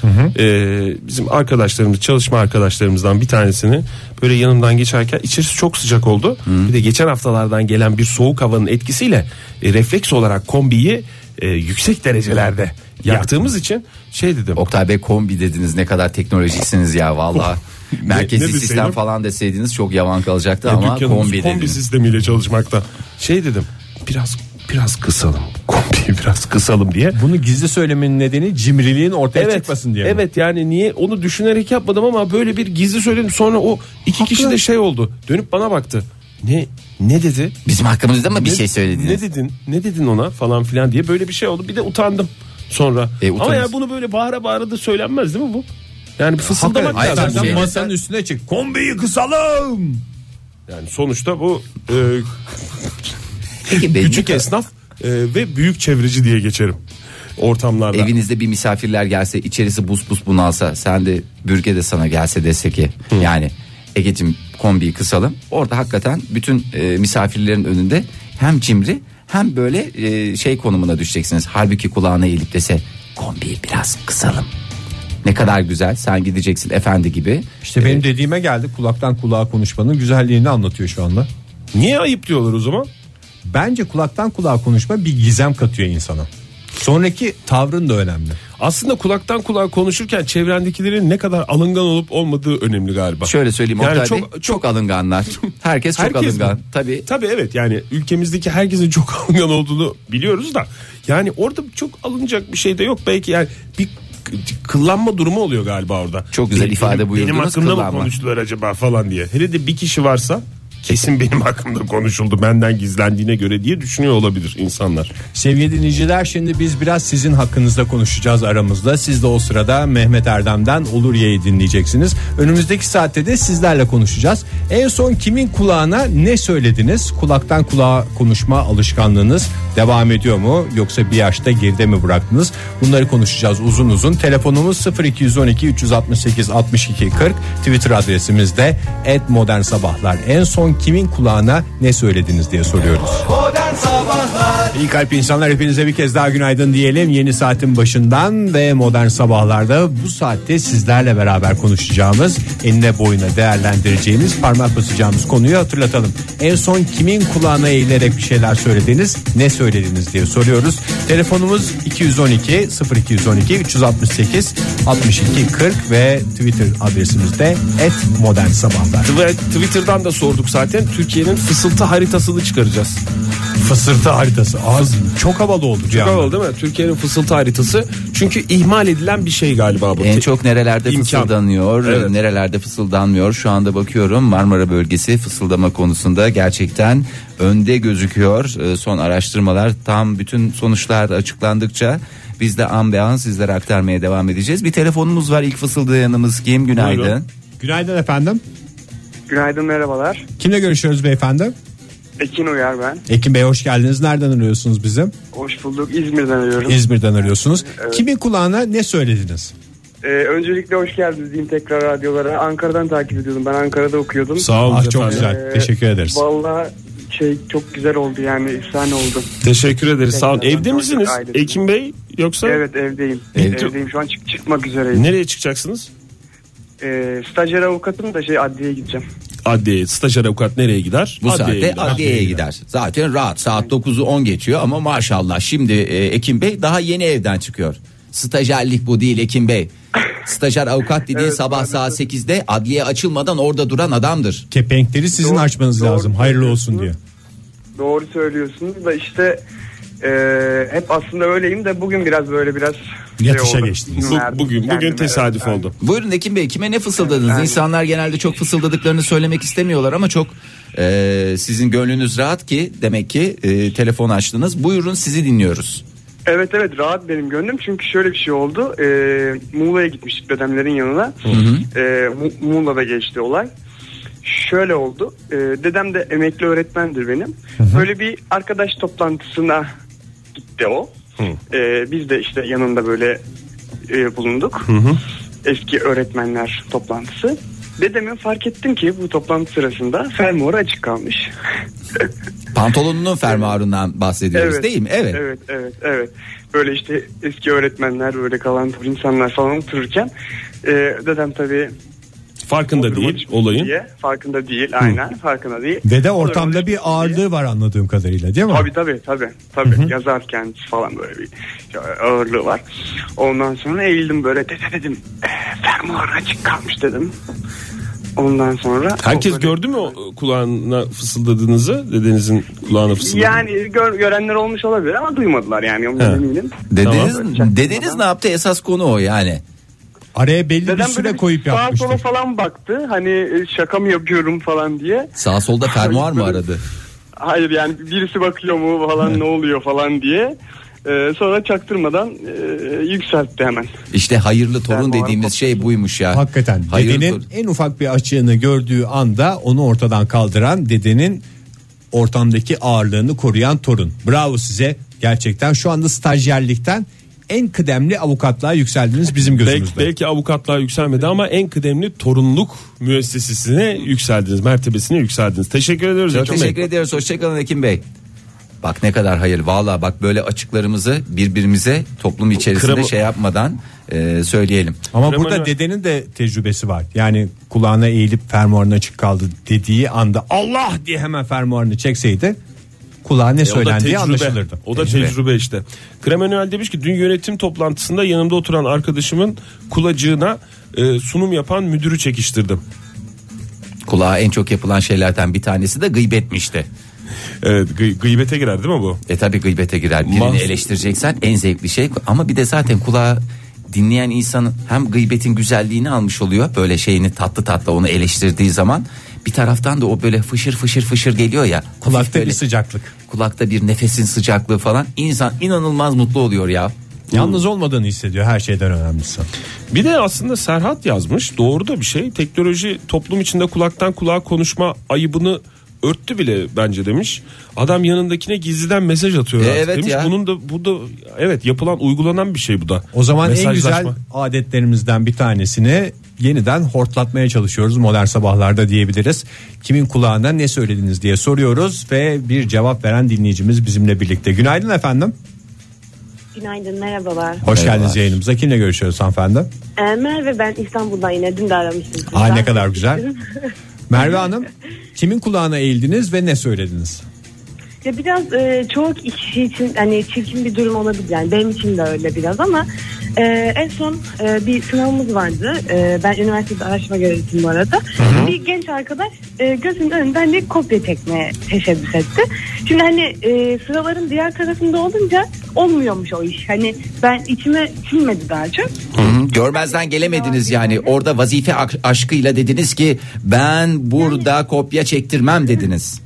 Bizim arkadaşlarımız, çalışma arkadaşlarımızdan bir tanesini böyle yanımdan geçerken içerisi çok sıcak oldu. Bir de geçen haftalardan gelen bir soğuk havanın etkisiyle refleks olarak kombiyi yüksek derecelerde yaktığımız için şey dedim.
Oktay Bey, kombi dediniz, ne kadar teknolojiksiniz ya vallahi. Merkezi
ne
sistem
deseydim?
falan deseydiniz çok yavan kalacaktı ama
Dükkanımız
kombi
kombi
dediniz.
sistemiyle çalışmakta. Şey dedim. Biraz kısalım. Kombiyi biraz kısalım diye.
Bunu gizli söylemenin nedeni cimriliğin ortaya çıkmasın diye mi?
Evet, yani niye onu düşünerek yapmadım ama böyle bir gizli söyledim. Sonra o 2 kişi de şey oldu. Dönüp bana baktı. Ne dedi?
Bizim hakkımızda mı bir
Ne-
şey söylediniz?
Ne dedin ona falan filan diye böyle bir şey oldu. Bir de utandım sonra. Ama
utanırız.
yani bunu böyle bağıra bağıra da söylenmez değil mi bu? Yani bir fısıldamak
Hayır,
lazım.
hayır,
Sen
şey-
masanın üstüne çık. Kombiyi kısalım.
Yani sonuçta bu
Peki Bey,
küçük
ne-
esnaf ve büyük çevreci diye geçerim ortamlarda.
evinizde bir misafirler gelse, içerisi buz bunalsa, sen de bürge de sana gelse dese ki yani Ege'cim kombiyi kısalım, orada hakikaten bütün misafirlerin önünde hem cimri hem böyle şey konumuna düşeceksiniz. Halbuki kulağına eğilip dese kombiyi biraz kısalım, ne kadar güzel, sen gideceksin efendi gibi.
İşte benim dediğime geldi, kulaktan kulağa konuşmanın güzelliğini anlatıyor şu anda.
Niye ayıp diyorlar o zaman?
Bence kulaktan kulağa konuşma bir gizem katıyor insana. Sonraki tavrın da önemli.
Aslında kulaktan kulağa konuşurken çevrendekilerin ne kadar alıngan olup olmadığı önemli galiba.
Şöyle söyleyeyim,
Yani
Oktay Bey, çok alınganlar. Herkes çok
Herkes
alıngan.
mi?
Tabii.
Tabii evet, yani ülkemizdeki herkesin çok alıngan olduğunu biliyoruz da yani orada çok alınacak bir şey de yok belki, yani bir kıllanma durumu oluyor galiba orada.
Çok güzel ifade buyurdunuz,
Benim hakkımda mı
kıllanma.
konuştular acaba falan diye. Hele de bir kişi varsa kesin benim hakkımda konuşuldu benden gizlendiğine göre diye düşünüyor olabilir insanlar.
Sevgili dinleyiciler, şimdi biz biraz sizin hakkınızda konuşacağız aramızda. Siz de o sırada Mehmet Erdem'den Olur Ye'yi dinleyeceksiniz. Önümüzdeki saatte de sizlerle konuşacağız. En son kimin kulağına ne söylediniz? Kulaktan kulağa konuşma alışkanlığınız devam ediyor mu? Yoksa bir yaşta geride mi bıraktınız? Bunları konuşacağız uzun uzun. Telefonumuz 0212 368 62 40. Twitter adresimiz de @modernsabahlar. En son kimin kulağına ne söylediniz diye soruyoruz.
Modern Sabahlar.
İyi kalp insanlar, hepinize bir kez daha günaydın diyelim. Yeni saatin başından ve modern sabahlarda bu saatte sizlerle beraber konuşacağımız, enine boyuna değerlendireceğimiz, parmak basacağımız konuyu hatırlatalım. En son kimin kulağına eğilerek bir şeyler söylediniz, ne söylediniz diye soruyoruz. Telefonumuz 212 0212 368 62 40 ve Twitter adresimiz de @modernsabahlar.
Twitter'dan da sorduk zaten. Türkiye'nin fısıltı haritasını çıkaracağız.
Fısırtı haritası. Az çok havalı oldu.
Çok havalı değil mi? Türkiye'nin fısıltı haritası. Çünkü ihmal edilen bir şey galiba bu.
En çok nerelerde
İmkan.
fısıldanıyor,
Evet.
nerelerde fısıldanmıyor. Şu anda bakıyorum, Marmara bölgesi fısıldama konusunda gerçekten önde gözüküyor. Son araştırmalar, tam bütün sonuçlar açıklandıkça biz de an be an sizlere aktarmaya devam edeceğiz. Bir telefonumuz var, ilk fısıldayanımız kim? Günaydın.
Buyurun.
Günaydın efendim.
Günaydın, merhabalar.
Kimle görüşüyoruz beyefendi?
Ekin Uyar ben.
Ekin Bey, hoş geldiniz. Nereden arıyorsunuz bizim?
Hoş bulduk. İzmir'den arıyorum.
İzmir'den arıyorsunuz.
Evet.
Kimin kulağına ne söylediniz?
Öncelikle hoş geldiniz diyeyim tekrar radyolara. Ankara'dan takip ediyordum. Ben Ankara'da okuyordum.
Sağ olun
Ah, çok
efendim.
güzel. Teşekkür ederiz.
Vallahi çok güzel oldu yani, efsane oldu.
Teşekkür ederiz. Sağ olun.
Tekrardan
Evde misiniz
ailesi.
Ekim Bey yoksa?
Evet, evdeyim.
Evet.
Evdeyim şu an, çıkmak üzereyim.
Nereye çıkacaksınız?
Stajyer avukatım da adliyeye gideceğim.
Adliye. Stajyer avukat nereye gider?
Bu saatte
gider.
adliyeye gider. Zaten rahat, saat 9'u 10 geçiyor ama maşallah şimdi Ekim Bey daha yeni evden çıkıyor. Stajyerlik bu değil Ekim Bey. Stajyer avukat dediğin
Evet,
sabah
maalesef.
saat 8'de adliye açılmadan orada duran adamdır.
Kepenkleri sizin
Doğru-
açmanız
doğru
lazım. Hayırlı olsun diye.
Doğru söylüyorsunuz da işte hep aslında öyleyim de bugün biraz
Yatışa
oldu.
geçtiniz.
Verdim
Bugün
kendime,
tesadüf
evet.
oldu.
Buyurun Ekim Bey, kime ne fısıldadınız?
Yani-
İnsanlar genelde çok fısıldadıklarını söylemek istemiyorlar ama çok sizin gönlünüz rahat ki demek ki telefon açtınız. Buyurun, sizi dinliyoruz.
Evet, rahat benim gönlüm, çünkü şöyle bir şey oldu. Muğla'ya gitmiştik dedemlerin yanına. Muğla'da geçti olay. Şöyle oldu. Dedem de emekli öğretmendir benim. Böyle bir arkadaş toplantısına gitti o. Biz de işte yanında böyle bulunduk. Eski öğretmenler toplantısı. Dedemin fark ettim ki bu toplantı sırasında fermuarı açık kalmış.
Pantolonunun fermuarından bahsediyoruz değil mi? Evet.
Evet. Böyle işte eski öğretmenler, böyle kalantor insanlar falan otururken dedem tabii
Farkında değil olayın.
farkında değil, aynen farkında değil.
Ve de
O
ortamda
durumda
bir
diye-
ağırlığı var anladığım kadarıyla, değil mi?
Tabii. Yazar kendisi falan, böyle bir ağırlığı var. Ondan sonra eğildim böyle, dede dedim, fermuar açık kalmış dedim. Ondan sonra
Herkes
o böyle-
gördü mü o kulağına fısıldadığınızı? Dedenizin kulağına fısıldadığınızı?
Yani görenler olmuş olabilir ama duymadılar yani, ondan eminim.
Dedeniz ne yaptı? Esas konu o yani.
Araya belli bir
Dedem
süre
böyle
koyup
sağa sola
yapmıştır.
falan baktı, hani şaka mı yapıyorum falan diye.
Sağ solda fermuar mı aradı?
Hayır yani, birisi bakıyor mu falan, ne oluyor falan diye. Sonra çaktırmadan yükseltti hemen.
İşte hayırlı torun
Fermuar
dediğimiz
koptu.
şey buymuş ya.
Hakikaten
Hayırlı
dedenin
torun.
en ufak bir açığını gördüğü anda onu ortadan kaldıran, dedenin ortamdaki ağırlığını koruyan torun. Bravo size, gerçekten şu anda stajyerlikten en kıdemli avukatlığa yükseldiniz bizim gözümüzde.
Belki avukatlığa yükselmedi ama en kıdemli torunluk müessesesine yükseldiniz, mertebesine yükseldiniz. Teşekkür ediyoruz.
Çok
Ekim Bey.
teşekkür ediyoruz. Hoşçakalın Ekim Bey. Bak ne kadar hayır. Valla bak, böyle açıklarımızı birbirimize toplum içerisinde
Krema-
şey yapmadan söyleyelim.
Ama
Krema-
burada dedenin de tecrübesi var. Yani kulağına eğilip fermuarın açık kaldı dediği anda Allah diye hemen fermuarını çekseydi kulağa ne
O da
söylendiği
tecrübe.
anlaşılırdı.
O da tecrübe işte. Kremenüel demiş ki dün yönetim toplantısında yanımda oturan arkadaşımın kulacığına sunum yapan müdürü çekiştirdim.
Kulağa en çok yapılan şeylerden bir tanesi de gıybetmişti.
Evet, gıybete girer değil mi bu?
Tabi gıybete girer. Birini
Mahsus-
eleştireceksen en zevkli şey, ama bir de zaten kulağa dinleyen insanın hem gıybetin güzelliğini almış oluyor, böyle şeyini tatlı onu eleştirdiği zaman, bir taraftan da o böyle fışır fışır geliyor ya,
Kulakta
böyle
bir sıcaklık.
kulakta bir nefesin sıcaklığı falan, insan inanılmaz mutlu oluyor ya.
Yalnız olmadığını hissediyor, her şeyden önemlisi.
Bir de aslında Serhat yazmış, doğru da bir şey. Teknoloji toplum içinde kulaktan kulağa konuşma ayıbını örttü bile bence demiş. Adam yanındakine gizliden mesaj atıyor artık
evet
demiş.
ya.
Bunun da bu da evet, uygulanan bir şey bu da.
O zaman en güzel
Mesajlaşma.
adetlerimizden bir tanesini yeniden hortlatmaya çalışıyoruz modern sabahlarda diyebiliriz. Kimin kulağına ne söylediniz diye soruyoruz ve bir cevap veren dinleyicimiz bizimle birlikte. Günaydın efendim.
Günaydın, merhabalar.
Hoş geldiniz yayınımıza. Kimle görüşüyoruz hanımefendi?
Merve, ben İstanbul'dan, yine dün de aramıştım.
Ay ne kadar güzel. Merve Hanım, kimin kulağına eğildiniz ve ne söylediniz?
Ya biraz çoğu kişi için hani çirkin bir durum olabilir, yani benim için de öyle biraz, ama en son bir sınavımız vardı. Ben üniversitede araştırma görevlisiyim bu arada. Hı-hı. Bir genç arkadaş gözümün önünde hani kopya çekmeye teşebbüs etti. Şimdi hani sıraların diğer tarafında olunca olmuyormuş o iş. Hani ben içime sinmedi daha çok.
Hı-hı. Görmezden gelemediniz yani. Orada vazife aşkıyla dediniz ki ben burada kopya çektirmem dediniz.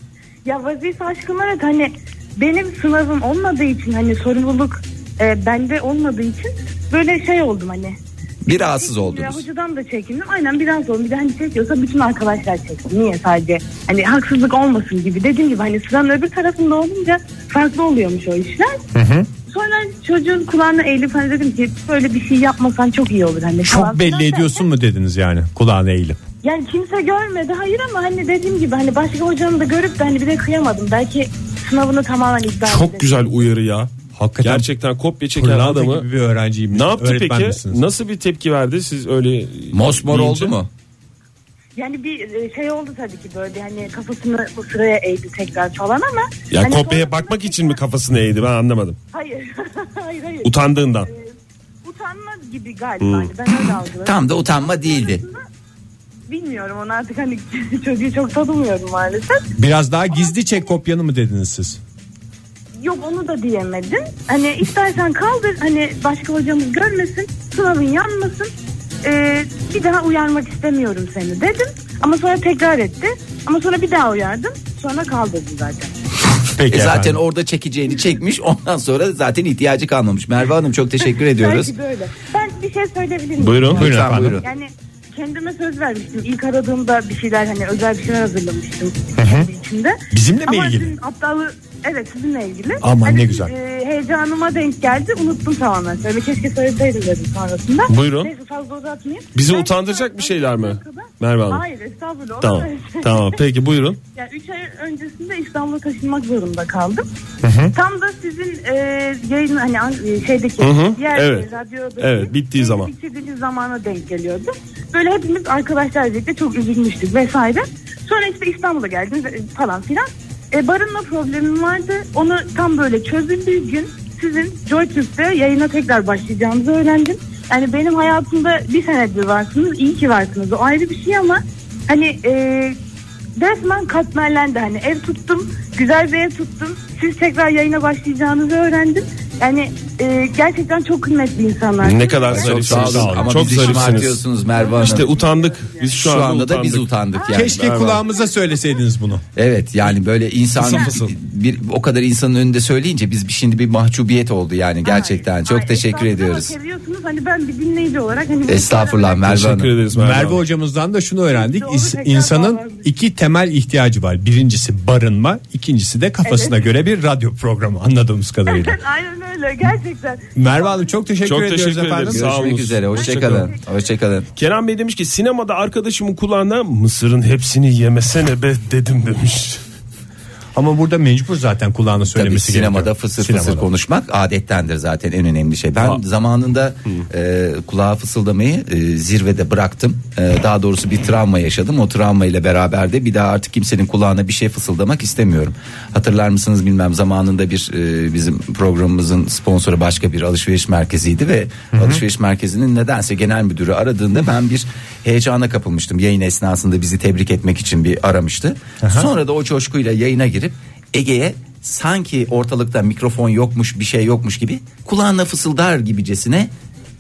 Ya vazife aşkım, evet, hani benim sınavım olmadığı için, hani sorumluluk bende olmadığı için böyle şey oldum hani.
Bir rahatsız oldunuz.
Ya hocadan da çekindim. Aynen, biraz oldum. Bir de hani çekiyorsa bütün arkadaşlar çeksin. Niye sadece? Hani haksızlık olmasın gibi. Dediğim gibi hani sıranın öbür tarafında olunca farklı oluyormuş o işler. Hı. Sonra çocuğun kulağına eğilip hani dedim ki böyle bir şey yapmasan çok iyi olur. Hani
çok belli ediyorsun mu dediniz yani kulağına eğilip?
Yani kimse görmedi, hayır, ama hani dediğim gibi hani başka hocanın da görüp de hani bir de kıyamadım. Belki sınavını tamamen iptal
Çok
edelim.
güzel uyarı ya. Hakikaten gerçekten kopya çeken adamı
gibi bir öğrenciymiş.
Ne yaptı peki?
Misiniz?
Nasıl bir tepki verdi? Siz öyle
mosmor
deyince
oldu mu?
Yani bir şey oldu tabii ki, böyle hani kafasını bu sıraya eğdi tekrar falan, ama
ya
hani
kopyaya
sonra...
bakmak için mi kafasını eğdi, ben anlamadım.
Hayır. hayır.
Utandığından.
Utanma gibi galiba. Hani ben öyle algıladım.
Tam da utanma değildi.
Bilmiyorum, onu artık hani çocuğu çok tanımıyorum maalesef.
Biraz daha gizli çek kopyanı mı dediniz siz?
Yok, onu da diyemedim. Hani istersen kaldır, hani başka hocamız görmesin, sınavın yanmasın. Bir daha uyarmak istemiyorum seni dedim. Ama sonra tekrar etti. Ama sonra bir daha uyardım. Sonra kaldırdı zaten.
Peki
zaten orada çekeceğini çekmiş. Ondan sonra zaten ihtiyacı kalmamış. Merve Hanım, çok teşekkür ediyoruz.
Belki de öyle. Ben bir şey söyleyebilir miyim?
Buyurun.
Buyurun efendim.
Buyurun.
Yani kendime söz vermiştim. İlk aradığımda bir şeyler, hani özel bir şeyler hazırlamıştım kendi içinde.
Bizimle mi
ama
ilgili?
Sizin aptallığı, evet, sizinle ilgili.
Aman
hani,
ne güzel.
Heyecanıma denk geldi. Unuttum tamamen. Söyle, keşke söyleseydim dedim sonrasında.
Buyurun.
Neyse, fazla uzatmayayım.
Bizi
Ben
utandıracak bir şeyler mi Merve Hanım?
Hayır, estağfurullah.
Tamam. Tamam, peki buyurun.
Yani 3 ay öncesinde İstanbul'a taşınmak zorunda kaldım. Tam da sizin yayın hani şeydeki diğer
evet.
radyoda
bittiği zaman.
Bitirdiğiniz zamana denk geliyordu. Böyle hepimiz arkadaşlar birlikte çok üzülmüştük vesaire. Sonra işte İstanbul'a geldim falan filan. Barınma problemim vardı. Onu tam böyle çözüldüğü gün sizin Joy Türk'te yayına tekrar başlayacağınızı öğrendim. Yani benim hayatımda bir senedir varsınız. İyi ki varsınız. O ayrı bir şey, ama hani resmen katmerlendi. Hani ev tuttum. Güzel bir ev tuttum. Siz tekrar yayına başlayacağınızı öğrendim. Yani gerçekten çok kıymetli insanlar.
Ne kadar
Çok
zarifsiniz.
sağ olun. Ama
Çok
bizi
zarifsiniz.
şımartıyorsunuz Merve Hanım.
İşte utandık. Biz
şu anda da biz utandık yani.
Keşke kulağımıza söyleseydiniz bunu.
Evet, yani böyle insan
Fısıl.
o kadar insanın önünde söyleyince biz şimdi bir mahcubiyet oldu yani gerçekten. Çok teşekkür ediyoruz.
Seviyorsunuz, hani ben bir dinleyici olarak hani
Estağfurullah Merve
Teşekkür
Hanım.
ederiz Merve
Merve
Hanım.
hocamızdan da şunu öğrendik.
Doğru, tekrar
İnsanın
bağlandım.
2 temel ihtiyacı var. Birincisi barınma, ikincisi de kafasına göre bir radyo programı, anladığımız kadarıyla.
Aynen öyle, gerçekten.
Merve Hanım, çok teşekkür
Çok
ediyoruz
teşekkür
efendim.
ederiz. Sağ olun.
Görüşmek üzere. Hoşçakalın. Hoşçakalın.
Kenan Bey demiş ki sinemada arkadaşımın kulağına mısırın hepsini yemesene be dedim demiş.
Ama burada mecbur zaten kulağına
Tabii
söylemesi
sinemada
gerekiyor.
fısır
Sinemada.
fısır konuşmak adettendir zaten, en önemli şey. Ben zamanında kulağa fısıldamayı zirvede bıraktım. Daha doğrusu bir travma yaşadım. O travma ile beraber de bir daha artık kimsenin kulağına bir şey fısıldamak istemiyorum. Hatırlar mısınız bilmem, zamanında bir bizim programımızın sponsoru başka bir alışveriş merkeziydi ve alışveriş merkezinin nedense genel müdürü aradığında ben bir heyecana kapılmıştım. Yayın esnasında bizi tebrik etmek için bir aramıştı. Sonra da o coşkuyla yayına girip Ege'ye sanki ortalıkta mikrofon yokmuş, bir şey yokmuş gibi kulağına fısıldar gibicesine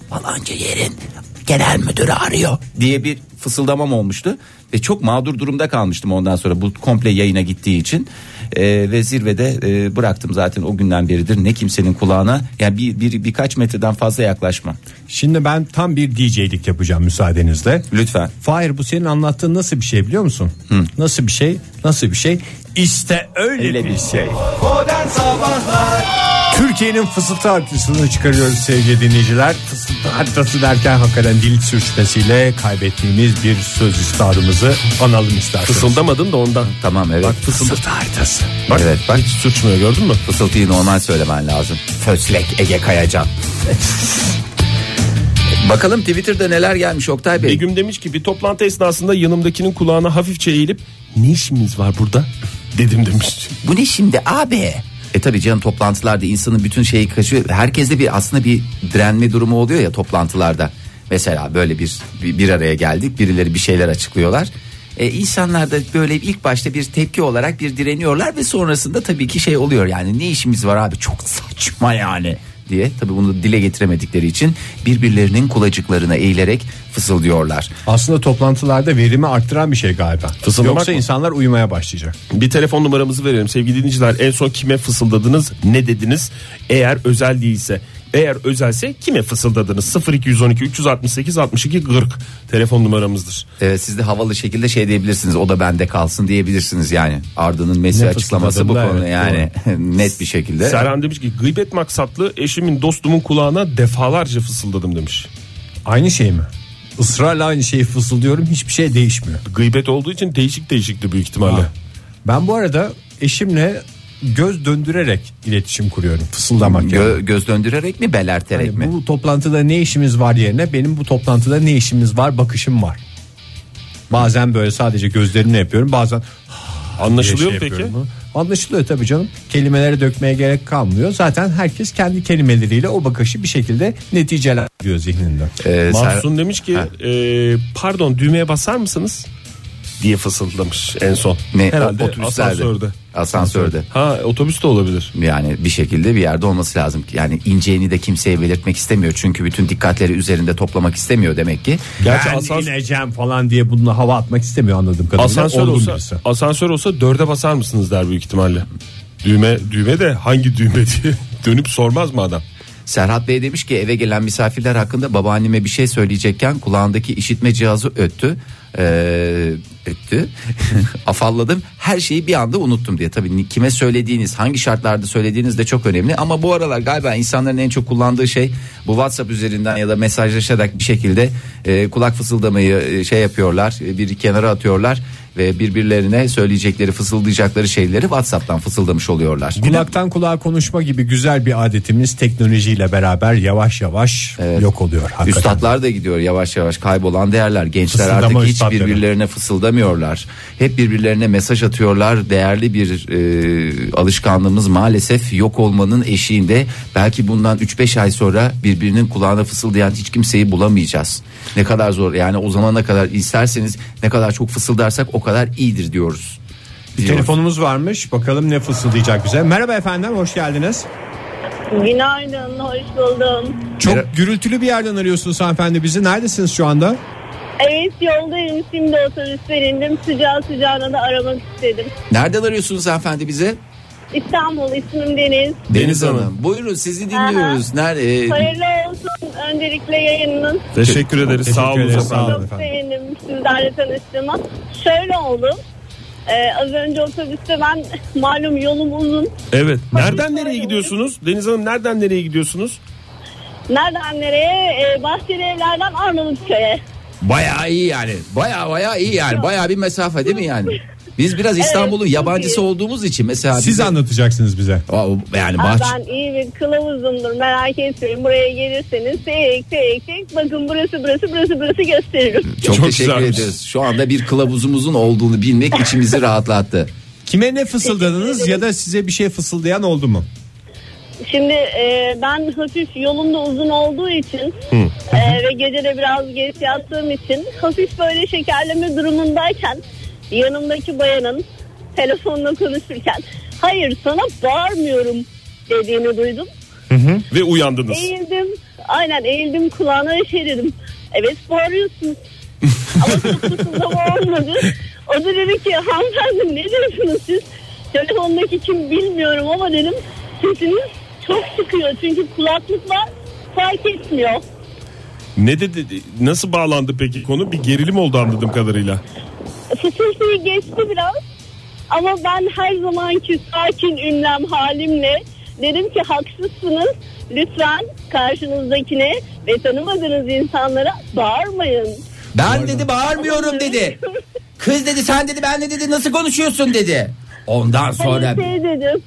falanca yerin genel müdürü arıyor diye bir fısıldamam olmuştu. Ve çok mağdur durumda kalmıştım ondan sonra bu komple yayına gittiği için. Ve zirvede bıraktım zaten o günden beridir ne kimsenin kulağına yani birkaç metreden fazla yaklaşmam.
Şimdi ben tam bir DJ'lik yapacağım müsaadenizle.
Lütfen.
Fahir, bu senin anlattığın nasıl bir şey biliyor musun? Nasıl bir şey? Nasıl bir şey? İşte öyle bir şey.
Modern Sabahlar.
Türkiye'nin fısıltı haritasını çıkarıyoruz sevgili dinleyiciler. Fısıltı haritası derken hakikaten dil sürçmesiyle kaybettiğimiz bir söz üstadımızı analım isterseniz.
Fısıldamadın da ondan.
Tamam, evet.
Bak fısıltı
haritası.
Bak,
evet, bak.
hiç sürçmüyor, gördün mü?
Fısıltıyı normal söylemen lazım. Föslek Ege Kayacan. Bakalım Twitter'da neler gelmiş Oktay Bey.
Begüm demiş ki bir toplantı esnasında yanımdakinin kulağına hafifçe eğilip ne işimiz var burada dedim demiş.
Bu ne şimdi abi? Tabii canım, toplantılarda insanın bütün şeyi kaçıyor. Herkeste bir aslında bir direnme durumu oluyor ya toplantılarda. Mesela böyle bir araya geldik, birileri bir şeyler açıklıyorlar. İnsanlar da böyle ilk başta bir tepki olarak bir direniyorlar ve sonrasında tabii ki şey oluyor, yani ne işimiz var abi, çok saçma yani diye. Tabii bunu dile getiremedikleri için birbirlerinin kulacıklarına eğilerek fısıldıyorlar.
Aslında toplantılarda verimi arttıran bir şey galiba.
Fısıldamak
Yoksa
mı?
insanlar uyumaya başlayacak.
Bir telefon numaramızı verelim sevgili dinleyiciler. En son kime fısıldadınız, ne dediniz? Eğer özel değilse, eğer özelse kime fısıldadınız? 0212 368 62 40 telefon numaramızdır.
Evet, siz de havalı şekilde şey diyebilirsiniz, o da bende kalsın diyebilirsiniz yani. Arda'nın Messi
Ne
açıklaması bu
fısıldadın da,
konu
evet,
yani net bir şekilde.
Serhan demiş ki gıybet maksatlı eşimin dostumun kulağına defalarca fısıldadım demiş.
Aynı şey mi? Israrla aynı şeyi fısıldıyorum, hiçbir şey değişmiyor.
Gıybet olduğu için değişikti büyük ihtimalle.
Ben bu arada eşimle göz döndürerek iletişim kuruyorum. Fısıldamak yani.
Göz döndürerek mi, belerterek
Yani
mi?
bu toplantıda ne işimiz var yerine benim bu toplantıda ne işimiz var bakışım var. Bazen böyle sadece gözlerimle yapıyorum, bazen
Anlaşılıyor mu
diye
peki?
yapıyorum. Anlaşılıyor tabii canım. Kelimeleri dökmeye gerek kalmıyor. Zaten herkes kendi kelimeleriyle o bakışı bir şekilde neticelendiriyor zihninde.
Mahsun demiş ki pardon düğmeye basar mısınız diye fısıldamış en son.
Ne?
Herhalde
Otobüslerde. Asansörde.
Ha, otobüste olabilir.
Yani bir şekilde bir yerde olması lazım. Yani ineceğini de kimseye belirtmek istemiyor. Çünkü bütün dikkatleri üzerinde toplamak istemiyor demek ki.
Gerçi
Ben ineceğim falan diye bununla hava atmak istemiyor anladığım kadarıyla.
Asansör olsa 4'e basar mısınız der büyük ihtimalle. Düğme de hangi düğme diye dönüp sormaz mı adam?
Serhat Bey demiş ki eve gelen misafirler hakkında babaanneme bir şey söyleyecekken kulağındaki işitme cihazı öttü. Afalladım, her şeyi bir anda unuttum diye. Tabii kime söylediğiniz, hangi şartlarda söylediğiniz de çok önemli. Ama bu aralar galiba insanların en çok kullandığı şey bu WhatsApp üzerinden ya da mesajlaşarak bir şekilde kulak fısıldamayı şey yapıyorlar, bir kenara atıyorlar ve birbirlerine söyleyecekleri, fısıldayacakları şeyleri WhatsApp'tan fısıldamış oluyorlar.
Kulaktan kulağa konuşma gibi güzel bir adetimiz teknolojiyle beraber yavaş yavaş yok oluyor. Hakikaten.
Üstadlar da gidiyor yavaş yavaş, kaybolan değerler. Gençler
Fısıldama
artık hiç
üstadları.
birbirlerine fısıldamıyorlar. Hep birbirlerine mesaj atıyorlar. Değerli bir alışkanlığımız maalesef yok olmanın eşiğinde. Belki bundan 3-5 ay sonra birbirinin kulağına fısıldayan hiç kimseyi bulamayacağız. Ne kadar zor yani, o zamana kadar isterseniz ne kadar çok fısıldarsak o kadar iyidir diyoruz.
Bir telefonumuz varmış, bakalım ne fısıldayacak bize. Merhaba efendim, hoş geldiniz.
Günaydın, hoş buldum.
Çok gürültülü bir yerden arıyorsunuz hanımefendi bizi. Neredesiniz şu anda?
Evet, yoldayım, şimdi otobüsten indim, sıcağına da aramak istedim.
Nereden arıyorsunuz hanımefendi bize?
İstanbul, ismim Deniz.
Deniz Hanım. Buyurun, sizi dinliyoruz. Nerede?
Hayırlı olsun öncelikle yayınınız.
Teşekkür ederiz. Sağ olun.
ederiz, sağ olun.
Çok
efendim.
sevindim sizlerle tanıştığıma. Şöyle oldu. Az önce otobüste ben malum yolum uzun.
Evet. Nereden nereye gidiyorsunuz? Deniz Hanım, nereden nereye gidiyorsunuz?
Nereden nereye? Bahçeli Evler'den Arnavutköy'e.
Bayağı iyi yani. Bayağı iyi yani. Bayağı bir mesafe değil mi yani? Biz biraz İstanbul'un
Evet,
yabancısı
iyi.
olduğumuz için mesela
Siz
bize,
anlatacaksınız bize.
yani
Ben iyi bir kılavuzumdur, merak etmeyin. Buraya gelirseniz tek bakın burası gösteririm.
çok
Çok
teşekkür
güzelmiş.
ediyoruz. Şu anda bir kılavuzumuzun olduğunu bilmek içimizi rahatlattı.
Kime ne fısıldadınız ya da size bir şey fısıldayan oldu mu?
Şimdi ben hafif yolumda uzun olduğu için ve gece de biraz geç yattığım için hafif böyle şekerleme durumundayken yanımdaki bayanın telefonla konuşurken hayır sana bağırmıyorum dediğini duydum.
Ve uyandınız.
Eğildim kulağına şey dedim. Evet bağırıyorsunuz. Ama çok fısıldama olmadı. O da dedi ki hanımefendi ne diyorsunuz siz? Telefondaki kim bilmiyorum ama dedim sesiniz çok çıkıyor. Çünkü kulaklık var, fark etmiyor.
Ne dedi? Nasıl bağlandı peki konu? Bir gerilim oldu anladığım kadarıyla.
Fısıltıyı geçti biraz. Ama ben her zamanki sakin ünlem halimle dedim ki haksızsınız. Lütfen karşınızdakine ve tanımadığınız insanlara bağırmayın.
Ben dedi bağırmıyorum dedi. Kız dedi sen dedi ben de dedi nasıl konuşuyorsun dedi. Ondan sonra
Hani dedim.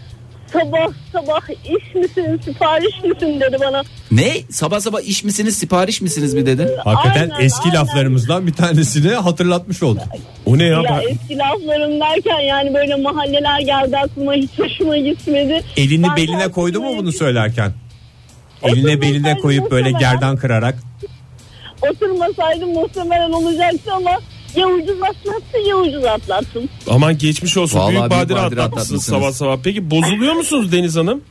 Sabah iş misin sipariş misin dedi bana.
ne? Sabah iş misiniz sipariş misiniz mi dedi.
Hakikaten
Aynen,
eski
aynen.
laflarımızdan bir tanesini hatırlatmış olduk.
O ne ya?
Ya eski laflarım derken yani böyle mahalleler geldi aklıma, hiç hoşuma gitmedi.
Elini
Ben
beline
de
koydu mu
aklıma
bunu söylerken? Eline beline koyup böyle gerdan kırarak.
Oturmasaydım muhtemelen olacaktı ama ya ucuz atlattın ya ucuz atlattın.
Aman geçmiş olsun.
Vallahi
Büyük badire
badire
atlatmışsınız
atlatmışsınız.
sabah. Peki bozuluyor musunuz Deniz Hanım?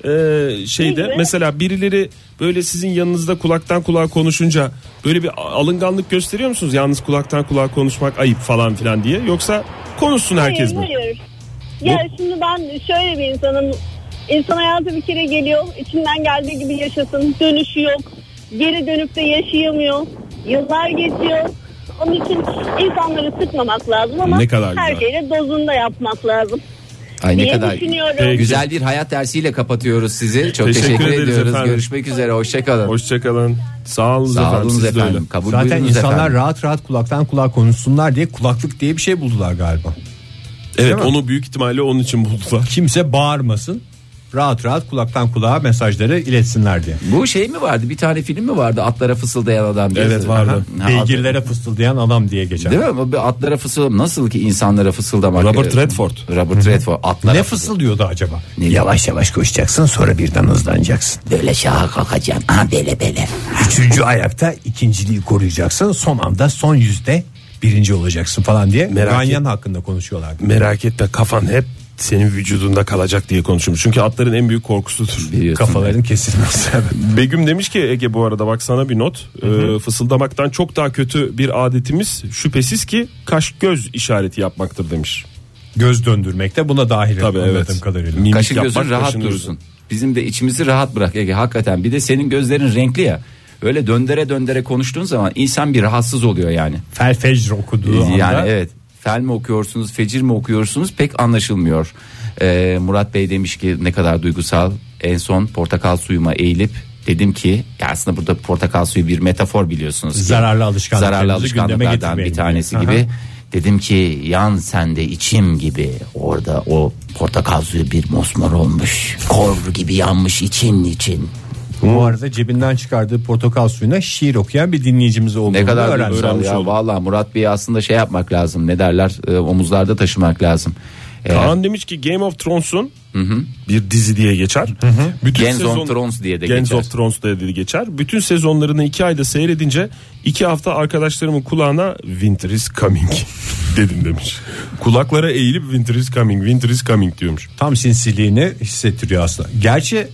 Şeyde
Gibi.
mesela birileri böyle sizin yanınızda kulaktan kulağa konuşunca böyle bir alınganlık gösteriyor musunuz? Yalnız kulaktan kulağa konuşmak ayıp falan filan diye. Yoksa konuşsun herkes mi?
Hayır. Ya şimdi ben şöyle bir insanım. İnsan hayatı bir kere geliyor. İçinden geldiği gibi yaşasın. Dönüşü yok. Geri dönüp de yaşayamıyor. Yıllar geçiyor. Onun için insanları sıkmamak lazım ama
Ne kadar
her
güzel.
şeyi dozunda yapmak lazım.
Ay ne
diye
kadar
düşünüyorum.
Peki.
güzel bir hayat dersiyle kapatıyoruz sizi. Çok
Teşekkür
teşekkür
ederiz
ediyoruz.
efendim.
Görüşmek üzere. Hoşçakalın.
Hoşçakalın. Sağ olun
Sağ
efendim.
olun
Siz de öyle.
efendim. Kabul
Zaten
buyurunuz
insanlar
efendim.
rahat rahat kulaktan kulağa konuşsunlar diye kulaklık diye bir şey buldular galiba.
Evet
mi?
onu büyük ihtimalle onun için buldular.
Kimse bağırmasın. Rahat rahat kulaktan kulağa mesajları iletsinler diye.
Bu şey mi vardı? Bir tane film mi vardı? Atlara fısıldayan adam diye.
Evet, vardı.
Ha,
Beygirlere fısıldayan adam diye geçer.
Değil mi? Bir atlara fısıldamak. Nasıl ki insanlara fısıldamak?
Robert Redford.
Robert Redford. Atlara
Ne fısıldıyordu acaba?
Yavaş
yavaş koşacaksın, sonra birden hızlanacaksın.
böyle şaha kalkacaksın. Aha böyle.
Üçüncü ayakta ikinciliği koruyacaksın. Son anda son yüzde birinci olacaksın falan diye. Ganyan hakkında konuşuyorlardı.
Merak etme kafan hep senin vücudunda kalacak diye konuşuyormuş. Çünkü atların en büyük korkusudur.
Biliyorsun.
Kafaların kesilmesi.
Begüm demiş ki Ege bu arada bak sana bir not. Fısıldamaktan çok daha kötü bir adetimiz şüphesiz ki kaş göz işareti yapmaktır demiş.
Göz döndürmek de buna dahil
Tabii
anladığım
evet.
kadarıyla.
Mimik
Kaşı
yapmak,
gözün rahat
kaşını
dursun. Bizim de içimizi rahat bırak Ege hakikaten. Bir de senin gözlerin renkli ya. Öyle döndere konuştuğun zaman insan bir rahatsız oluyor yani.
Fel fecr okuduğu anda.
Yani evet. Fel mi okuyorsunuz, fecir mi okuyorsunuz pek anlaşılmıyor. Murat Bey demiş ki ne kadar duygusal. En son portakal suyuma eğilip dedim ki ya aslında burada portakal suyu bir metafor biliyorsunuz. Ki.
Zararlı alışkanlıklarımızı
Zararlı alışkanlıklardan
gündeme
bir tanesi
getirmeyelim
gibi. Dedim ki yan sende içim gibi. Orada o portakal suyu bir mosmor olmuş. Kor gibi yanmış için.
Bu arada cebinden çıkardığı portakal suyuna şiir okuyan bir dinleyicimiz olduğunu
Ne kadar
öğrenmiş
duygusal ya.
olduk.
Valla Murat Bey'i aslında şey yapmak lazım. Ne derler? Omuzlarda taşımak lazım.
Kaan demiş ki Game of Thrones'un bir dizi diye geçer. Bütün
Games of Thrones diye de
Games
geçer.
of Thrones diye de geçer. Bütün sezonlarını 2 ayda seyredince 2 hafta arkadaşlarımın kulağına Winter is coming dedim demiş. Kulaklara eğilip Winter is coming diyormuş.
Tam sinsiliğini hissettiriyor aslında. Gerçi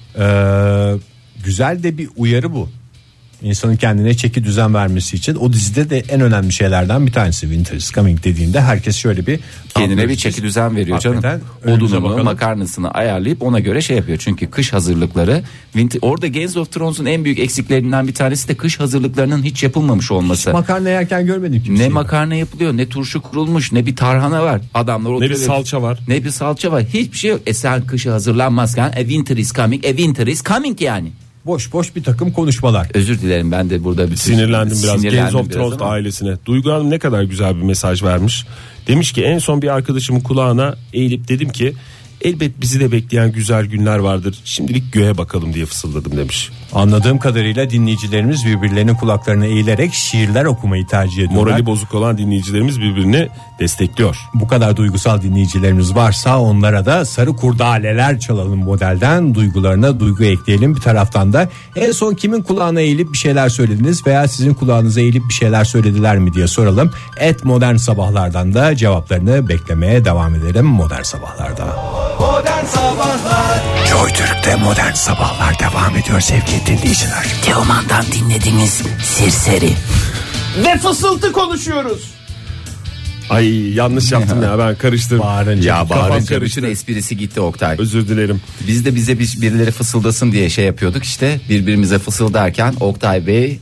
güzel de bir uyarı bu. İnsanın kendine çeki düzen vermesi için o dizide de en önemli şeylerden bir tanesi Winter is Coming dediğinde herkes şöyle bir
Kendine bir çeki düzen veriyor canım.
Hakikaten önümüze
Odununu,
bakalım.
makarnasını ayarlayıp ona göre şey yapıyor. Çünkü kış hazırlıkları orada Games of Thrones'un en büyük eksiklerinden bir tanesi de kış hazırlıklarının hiç yapılmamış olması.
makarna yerken görmedim kimseyi.
Ne makarna yapılıyor, ne turşu kurulmuş, ne bir tarhana var. Adamlar
Ne
oturuyor.
bir salça var.
Ne bir salça var. Hiçbir şey yok. Sen kışı hazırlanmazken winter is coming yani.
Boş bir takım konuşmalar.
Özür dilerim ben de burada bir
Sinirlendim biraz Games of
biraz
Thrones
ama
ailesine. Duygu Hanım ne kadar güzel bir mesaj vermiş. Demiş ki en son bir arkadaşımın kulağına eğilip dedim ki elbet bizi de bekleyen güzel günler vardır. Şimdilik göğe bakalım diye fısıldadım demiş.
Anladığım kadarıyla dinleyicilerimiz birbirlerinin kulaklarına eğilerek şiirler okumayı tercih ediyorlar.
Morali bozuk olan dinleyicilerimiz birbirini destekliyor.
Bu kadar duygusal dinleyicilerimiz varsa onlara da Sarı Kurdaleler çalalım modelden duygularına duygu ekleyelim. Bir taraftan da en son kimin kulağına eğilip bir şeyler söylediniz veya sizin kulağınıza eğilip bir şeyler söylediler mi diye soralım. Modern Sabahlardan da cevaplarını beklemeye devam edelim Modern Sabahlarda.
Modern Sabahlar.
Joy Türk'te Modern Sabahlar devam ediyor sevgili dinleyiciler.
Teoman'dan dinlediğiniz Serseri.
Ve fısıltı konuşuyoruz. Ay yanlış yaptım ya, ben karıştırdım.
Bağırınca.
Bağırınca bütün esprisi gitti Oktay.
Özür dilerim.
Biz de bize birileri fısıldasın diye şey yapıyorduk işte, birbirimize fısıldarken Oktay Bey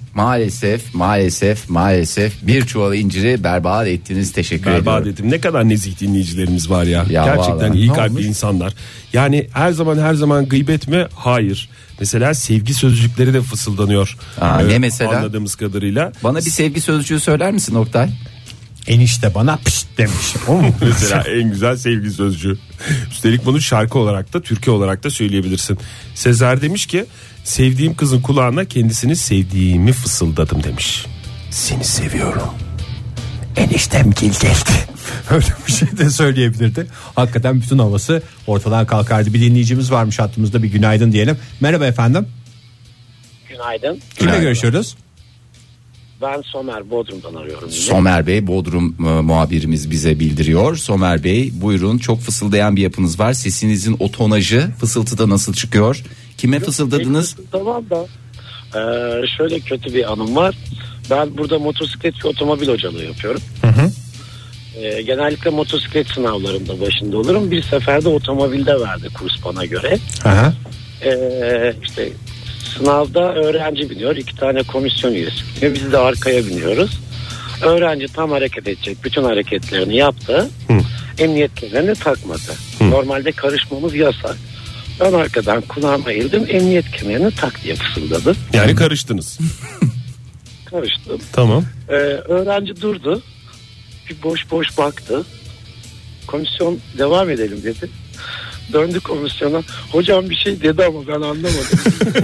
maalesef bir çuval inciri berbat ettiniz, teşekkür
Berbat
ediyorum.
ettim. Ne kadar nezih dinleyicilerimiz var ya.
Ya
Gerçekten
vallahi.
iyi
Ne
kalpli
olmuş?
insanlar. Yani her zaman gıybet mi? Hayır. Mesela sevgi sözcükleri de fısıldanıyor.
Ne mesela?
Anladığımız kadarıyla.
Bana bir sevgi sözcüğü söyler misin Oktay?
Enişte bana pişt demiş. O mu?
Mesela en güzel sevgi sözcüğü. Üstelik bunu şarkı olarak da, türkü olarak da söyleyebilirsin. Sezer demiş ki, sevdiğim kızın kulağına kendisini sevdiğimi fısıldadım demiş. Seni seviyorum.
Eniştem geldi. Öyle bir şey de söyleyebilirdi. Hakikaten bütün havası ortadan kalkardı. Bir dinleyicimiz varmış hattımızda, bir günaydın diyelim. Merhaba efendim.
Günaydın.
Kimle görüşüyoruz?
Ben Somer, Bodrum'dan arıyorum. Yine.
Somer Bey, Bodrum muhabirimiz bize bildiriyor. Somer Bey buyurun, çok fısıldayan bir yapınız var. Sesinizin o tonajı fısıltıda nasıl çıkıyor? Kime fısıldadınız?
Tamam da şöyle kötü bir anım var. Ben burada motosiklet ve otomobil hocalığı yapıyorum. Genellikle motosiklet sınavlarında başında olurum. Bir seferde otomobilde verdi kurs bana göre.
Aha.
İşte sınavda öğrenci biniyor. 2 tane komisyon üyesi biniyor. Biz de arkaya biniyoruz. Öğrenci tam hareket edecek. Bütün hareketlerini yaptı. Emniyet kemerini takmadı. Normalde karışmamız yasak. Ben arkadan kulağıma eğildim. Emniyet kemerini tak diye fısıldadı.
Yani karıştınız.
Karıştım.
Tamam.
Öğrenci durdu. Bir boş baktı. Komisyon devam edelim dedi. Döndü komisyona. Hocam bir şey dedi ama ben anlamadım.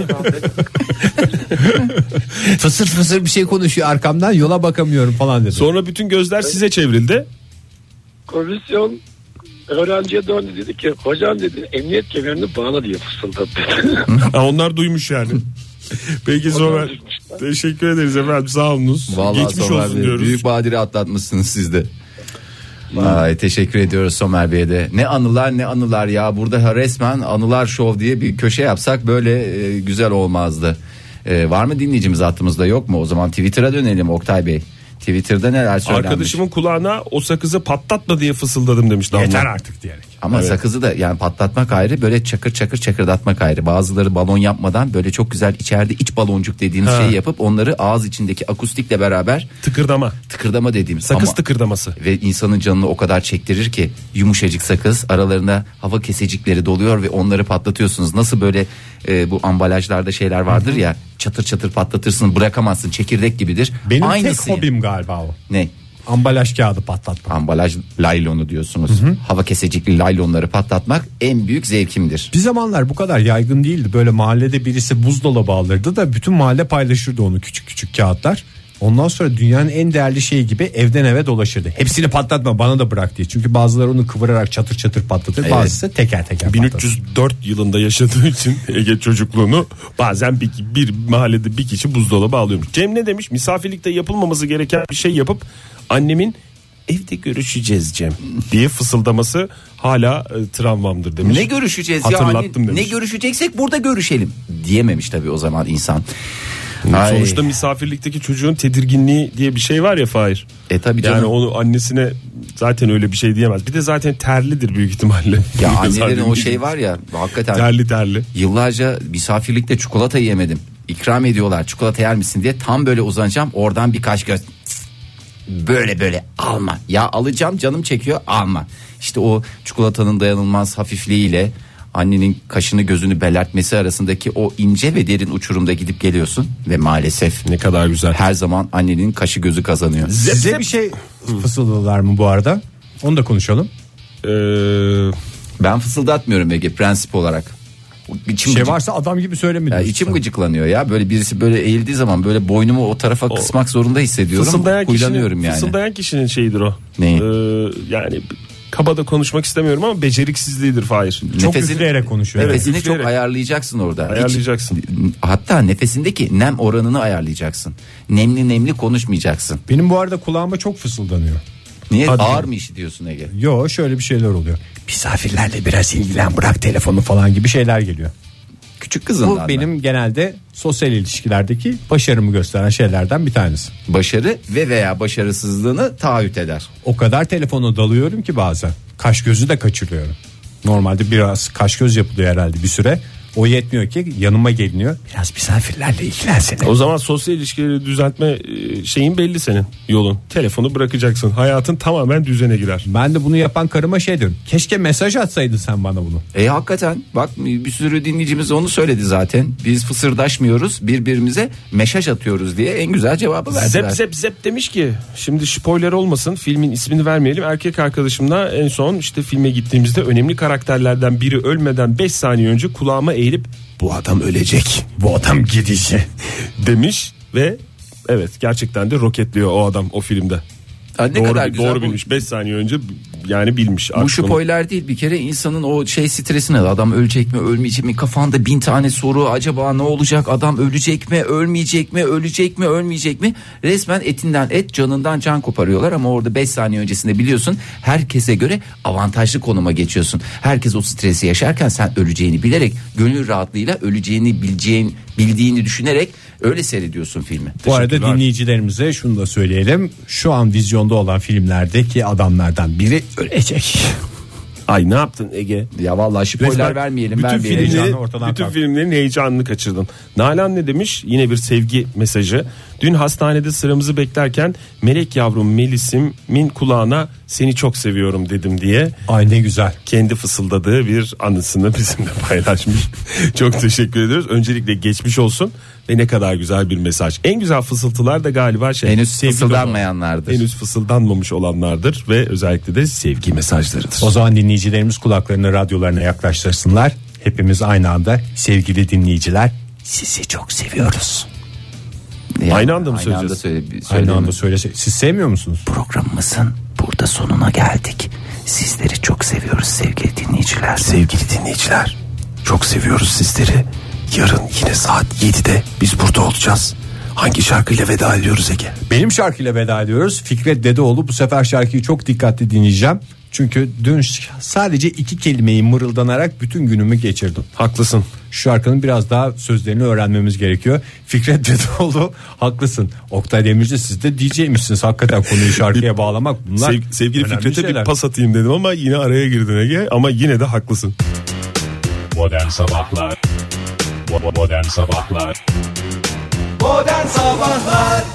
Fısır fısır bir şey konuşuyor arkamdan, yola bakamıyorum falan dedi.
Sonra bütün gözler size çevrildi.
Komisyon öğrenciye döndü, dedi ki hocam dedi emniyet kemerini bağla diye fısıldadı dedi.
Onlar duymuş yani. Peki Somer, teşekkür ederiz efendim, sağ olunuz.
Vallahi
Geçmiş
Somer
olsun
Bey,
diyoruz.
büyük badire atlatmışsınız siz de. Ay, teşekkür ediyoruz Somer Bey'e de. Ne anılar ya, burada resmen anılar şov diye bir köşe yapsak böyle güzel olmazdı. Var mı dinleyicimiz hattımızda, yok mu? O zaman Twitter'a dönelim Oktay Bey. Twitter'da neler söylenmiş?
Arkadaşımın kulağına o sakızı patlatma diye fısıldadım demiş Damla.
Yeter artık diyerek.
Ama sakızı da yani patlatmak ayrı, böyle çakır çakırdatmak ayrı. Bazıları balon yapmadan böyle çok güzel içeride iç baloncuk dediğimiz şeyi yapıp onları ağız içindeki akustikle beraber tıkırdama dediğimiz
sakız tıkırdaması.
Ve insanın canını o kadar çektirir ki, yumuşacık sakız, aralarında hava kesecikleri doluyor ve onları patlatıyorsunuz. Nasıl böyle bu ambalajlarda şeyler vardır ya, çatır çatır patlatırsın, bırakamazsın, çekirdek gibidir.
Benim
Aynısı.
tek hobim galiba o.
Ne?
Ambalaj kağıdı patlatmak.
Ambalaj laylonu diyorsunuz. Hava kesecikli laylonları patlatmak en büyük zevkimdir.
Bir zamanlar bu kadar yaygın değildi. Böyle mahallede birisi buzdolabı alırdı da bütün mahalle paylaşırdı onu, küçük küçük kağıtlar. Ondan sonra dünyanın en değerli şeyi gibi evden eve dolaşırdı. Hepsini patlatma, bana da bırak diye. Çünkü bazıları onu kıvırarak çatır çatır patlatır.
Evet.
Bazısı teker teker patlatır.
1304 yılında yaşadığı için Ege çocukluğunu, bazen bir mahallede bir kişi buzdolabı alıyormuş. Cem ne demiş? Misafirlikte yapılmaması gereken bir şey yapıp annemin evde görüşeceğiz Cem diye fısıldaması hala travmamdır demiş.
Ne görüşeceğiz ya?
Hatırlattım demiş.
Ne görüşeceksek burada görüşelim diyememiş tabii o zaman insan.
Sonuçta misafirlikteki çocuğun tedirginliği diye bir şey var ya Fahir.
Tabii canım.
Yani onu annesine zaten öyle bir şey diyemez. Bir de zaten terlidir büyük ihtimalle.
Ya annelerin o şey var ya, hakikaten.
Terli.
Yıllarca misafirlikte çikolata yemedim. İkram ediyorlar, çikolata yer misin diye, tam böyle uzanacağım, oradan birkaç göz böyle alma. Ya alacağım, canım çekiyor, alma. İşte o çikolatanın dayanılmaz hafifliğiyle annenin kaşını gözünü belertmesi arasındaki o ince ve derin uçurumda gidip geliyorsun ve maalesef
ne kadar güzel.
Her zaman annenin kaşı gözü kazanıyor.
Size bir şey fısıldadılar mı bu arada? Onu da konuşalım.
Ben fısıldatmıyorum Ege, prensip olarak.
Şey varsa adam gibi söyleme diyorsun.
İçim gıcıklanıyor ya. Böyle birisi böyle eğildiği zaman böyle boynumu o tarafa kısmak zorunda hissediyorum.
Fısıldayan kişinin şeyidir o.
Neyi?
Yani kaba da konuşmak istemiyorum ama beceriksizliğidir Fahir.
Çok üfleyerek konuşuyor.
Nefesini çok ayarlayacaksın orada.
Ayarlayacaksın.
Hatta nefesindeki nem oranını ayarlayacaksın. Nemli konuşmayacaksın.
Benim bu arada kulağıma çok fısıldanıyor.
Niye?
Hadi.
Ağır mı işi diyorsun Ege?
Yo, şöyle bir şeyler oluyor. Misafirlerle biraz ilgilen, bırak telefonu falan gibi şeyler geliyor.
Küçük kızından
Bu
mı?
benim genelde sosyal ilişkilerdeki başarımı gösteren şeylerden bir tanesi.
Başarı ve veya başarısızlığını taahhüt eder.
O kadar telefona dalıyorum ki bazen kaş gözü de kaçırıyorum. Normalde biraz kaş göz yapılıyor herhalde bir süre. O yetmiyor ki yanıma geliniyor. Biraz misafirlerle ilgilensene.
O zaman sosyal ilişkileri düzeltme şeyin belli senin yolun. Telefonu bırakacaksın. Hayatın tamamen düzene girer.
Ben de bunu yapan karıma şey diyorum. Keşke mesaj atsaydın sen bana bunu.
Hakikaten bak bir sürü dinleyicimiz onu söyledi zaten. Biz fısırdaşmıyoruz, birbirimize mesaj atıyoruz diye en güzel cevabı verdiler.
Zep demiş ki, şimdi spoiler olmasın, filmin ismini vermeyelim. Erkek arkadaşımla en son işte filme gittiğimizde önemli karakterlerden biri ölmeden 5 saniye önce kulağıma eğilip bu adam ölecek, bu adam gidişi demiş ve evet, gerçekten de roketliyor o adam o filmde.
Ne kadar güzel.
Doğru bilmiş. 5 saniye önce yani bilmiş.
Bu spoiler değil, bir kere insanın o stresine, adam ölecek mi ölmeyecek mi, kafanda 1000 tane soru, acaba ne olacak, adam ölecek mi ölmeyecek mi, ölecek mi ölmeyecek mi, resmen etinden et, canından can koparıyorlar. Ama orada 5 saniye öncesinde biliyorsun, herkese göre avantajlı konuma geçiyorsun. Herkes o stresi yaşarken sen öleceğini bilerek, gönül rahatlığıyla öleceğini bildiğini düşünerek öyle seyrediyorsun filmi.
Bu arada dinleyicilerimize şunu da söyleyelim. Şu an vizyonda olan filmlerdeki adamlardan biri ölecek.
Ay ne yaptın Ege?
Ya vallahi spoiler vermeyelim.
Bütün filmlerin heyecanını kaçırdın. Nalan ne demiş? Yine bir sevgi mesajı. Dün hastanede sıramızı beklerken melek yavrum Melis'imin kulağına seni çok seviyorum dedim diye.
Ay ne güzel.
Kendi fısıldadığı bir anısını bizimle paylaşmış. Çok teşekkür ediyoruz. Öncelikle geçmiş olsun ve ne kadar güzel bir mesaj. En güzel fısıltılar da galiba
henüz fısıldanmayanlardır.
Henüz fısıldanmamış olanlardır ve özellikle de sevgi mesajlarıdır.
O zaman dinleyicilerimiz kulaklarını radyolarına yaklaştırsınlar. Hepimiz aynı anda, sevgili dinleyiciler, sizi çok seviyoruz.
Yani
aynı anda mı söyleyeceğiz?
Aynı anda söylese. Siz sevmiyor musunuz?
Programımızın burada sonuna geldik. Sizleri çok seviyoruz sevgili dinleyiciler.
Sevgili dinleyiciler, çok seviyoruz sizleri. Yarın yine saat 7'de biz burada olacağız. Hangi şarkıyla veda ediyoruz Ege?
Benim şarkıyla veda ediyoruz. Fikret Dedeoğlu. Bu sefer şarkıyı çok dikkatli dinleyeceğim. Çünkü dün sadece 2 kelimeyi mırıldanarak bütün günümü geçirdim.
Haklısın.
Şu şarkının biraz daha sözlerini öğrenmemiz gerekiyor. Fikret Dedeoğlu, haklısın. Oktay Demirci, siz de DJ'mişsiniz. Hakikaten konuyu şarkıya bağlamak, bunlar
sevgili Fikret'e
şeyler.
bir pas atayım dedim ama yine araya girdin Ege. Ama yine de haklısın.
Modern Sabahlar. Modern Sabahlar.
Modern Sabahlar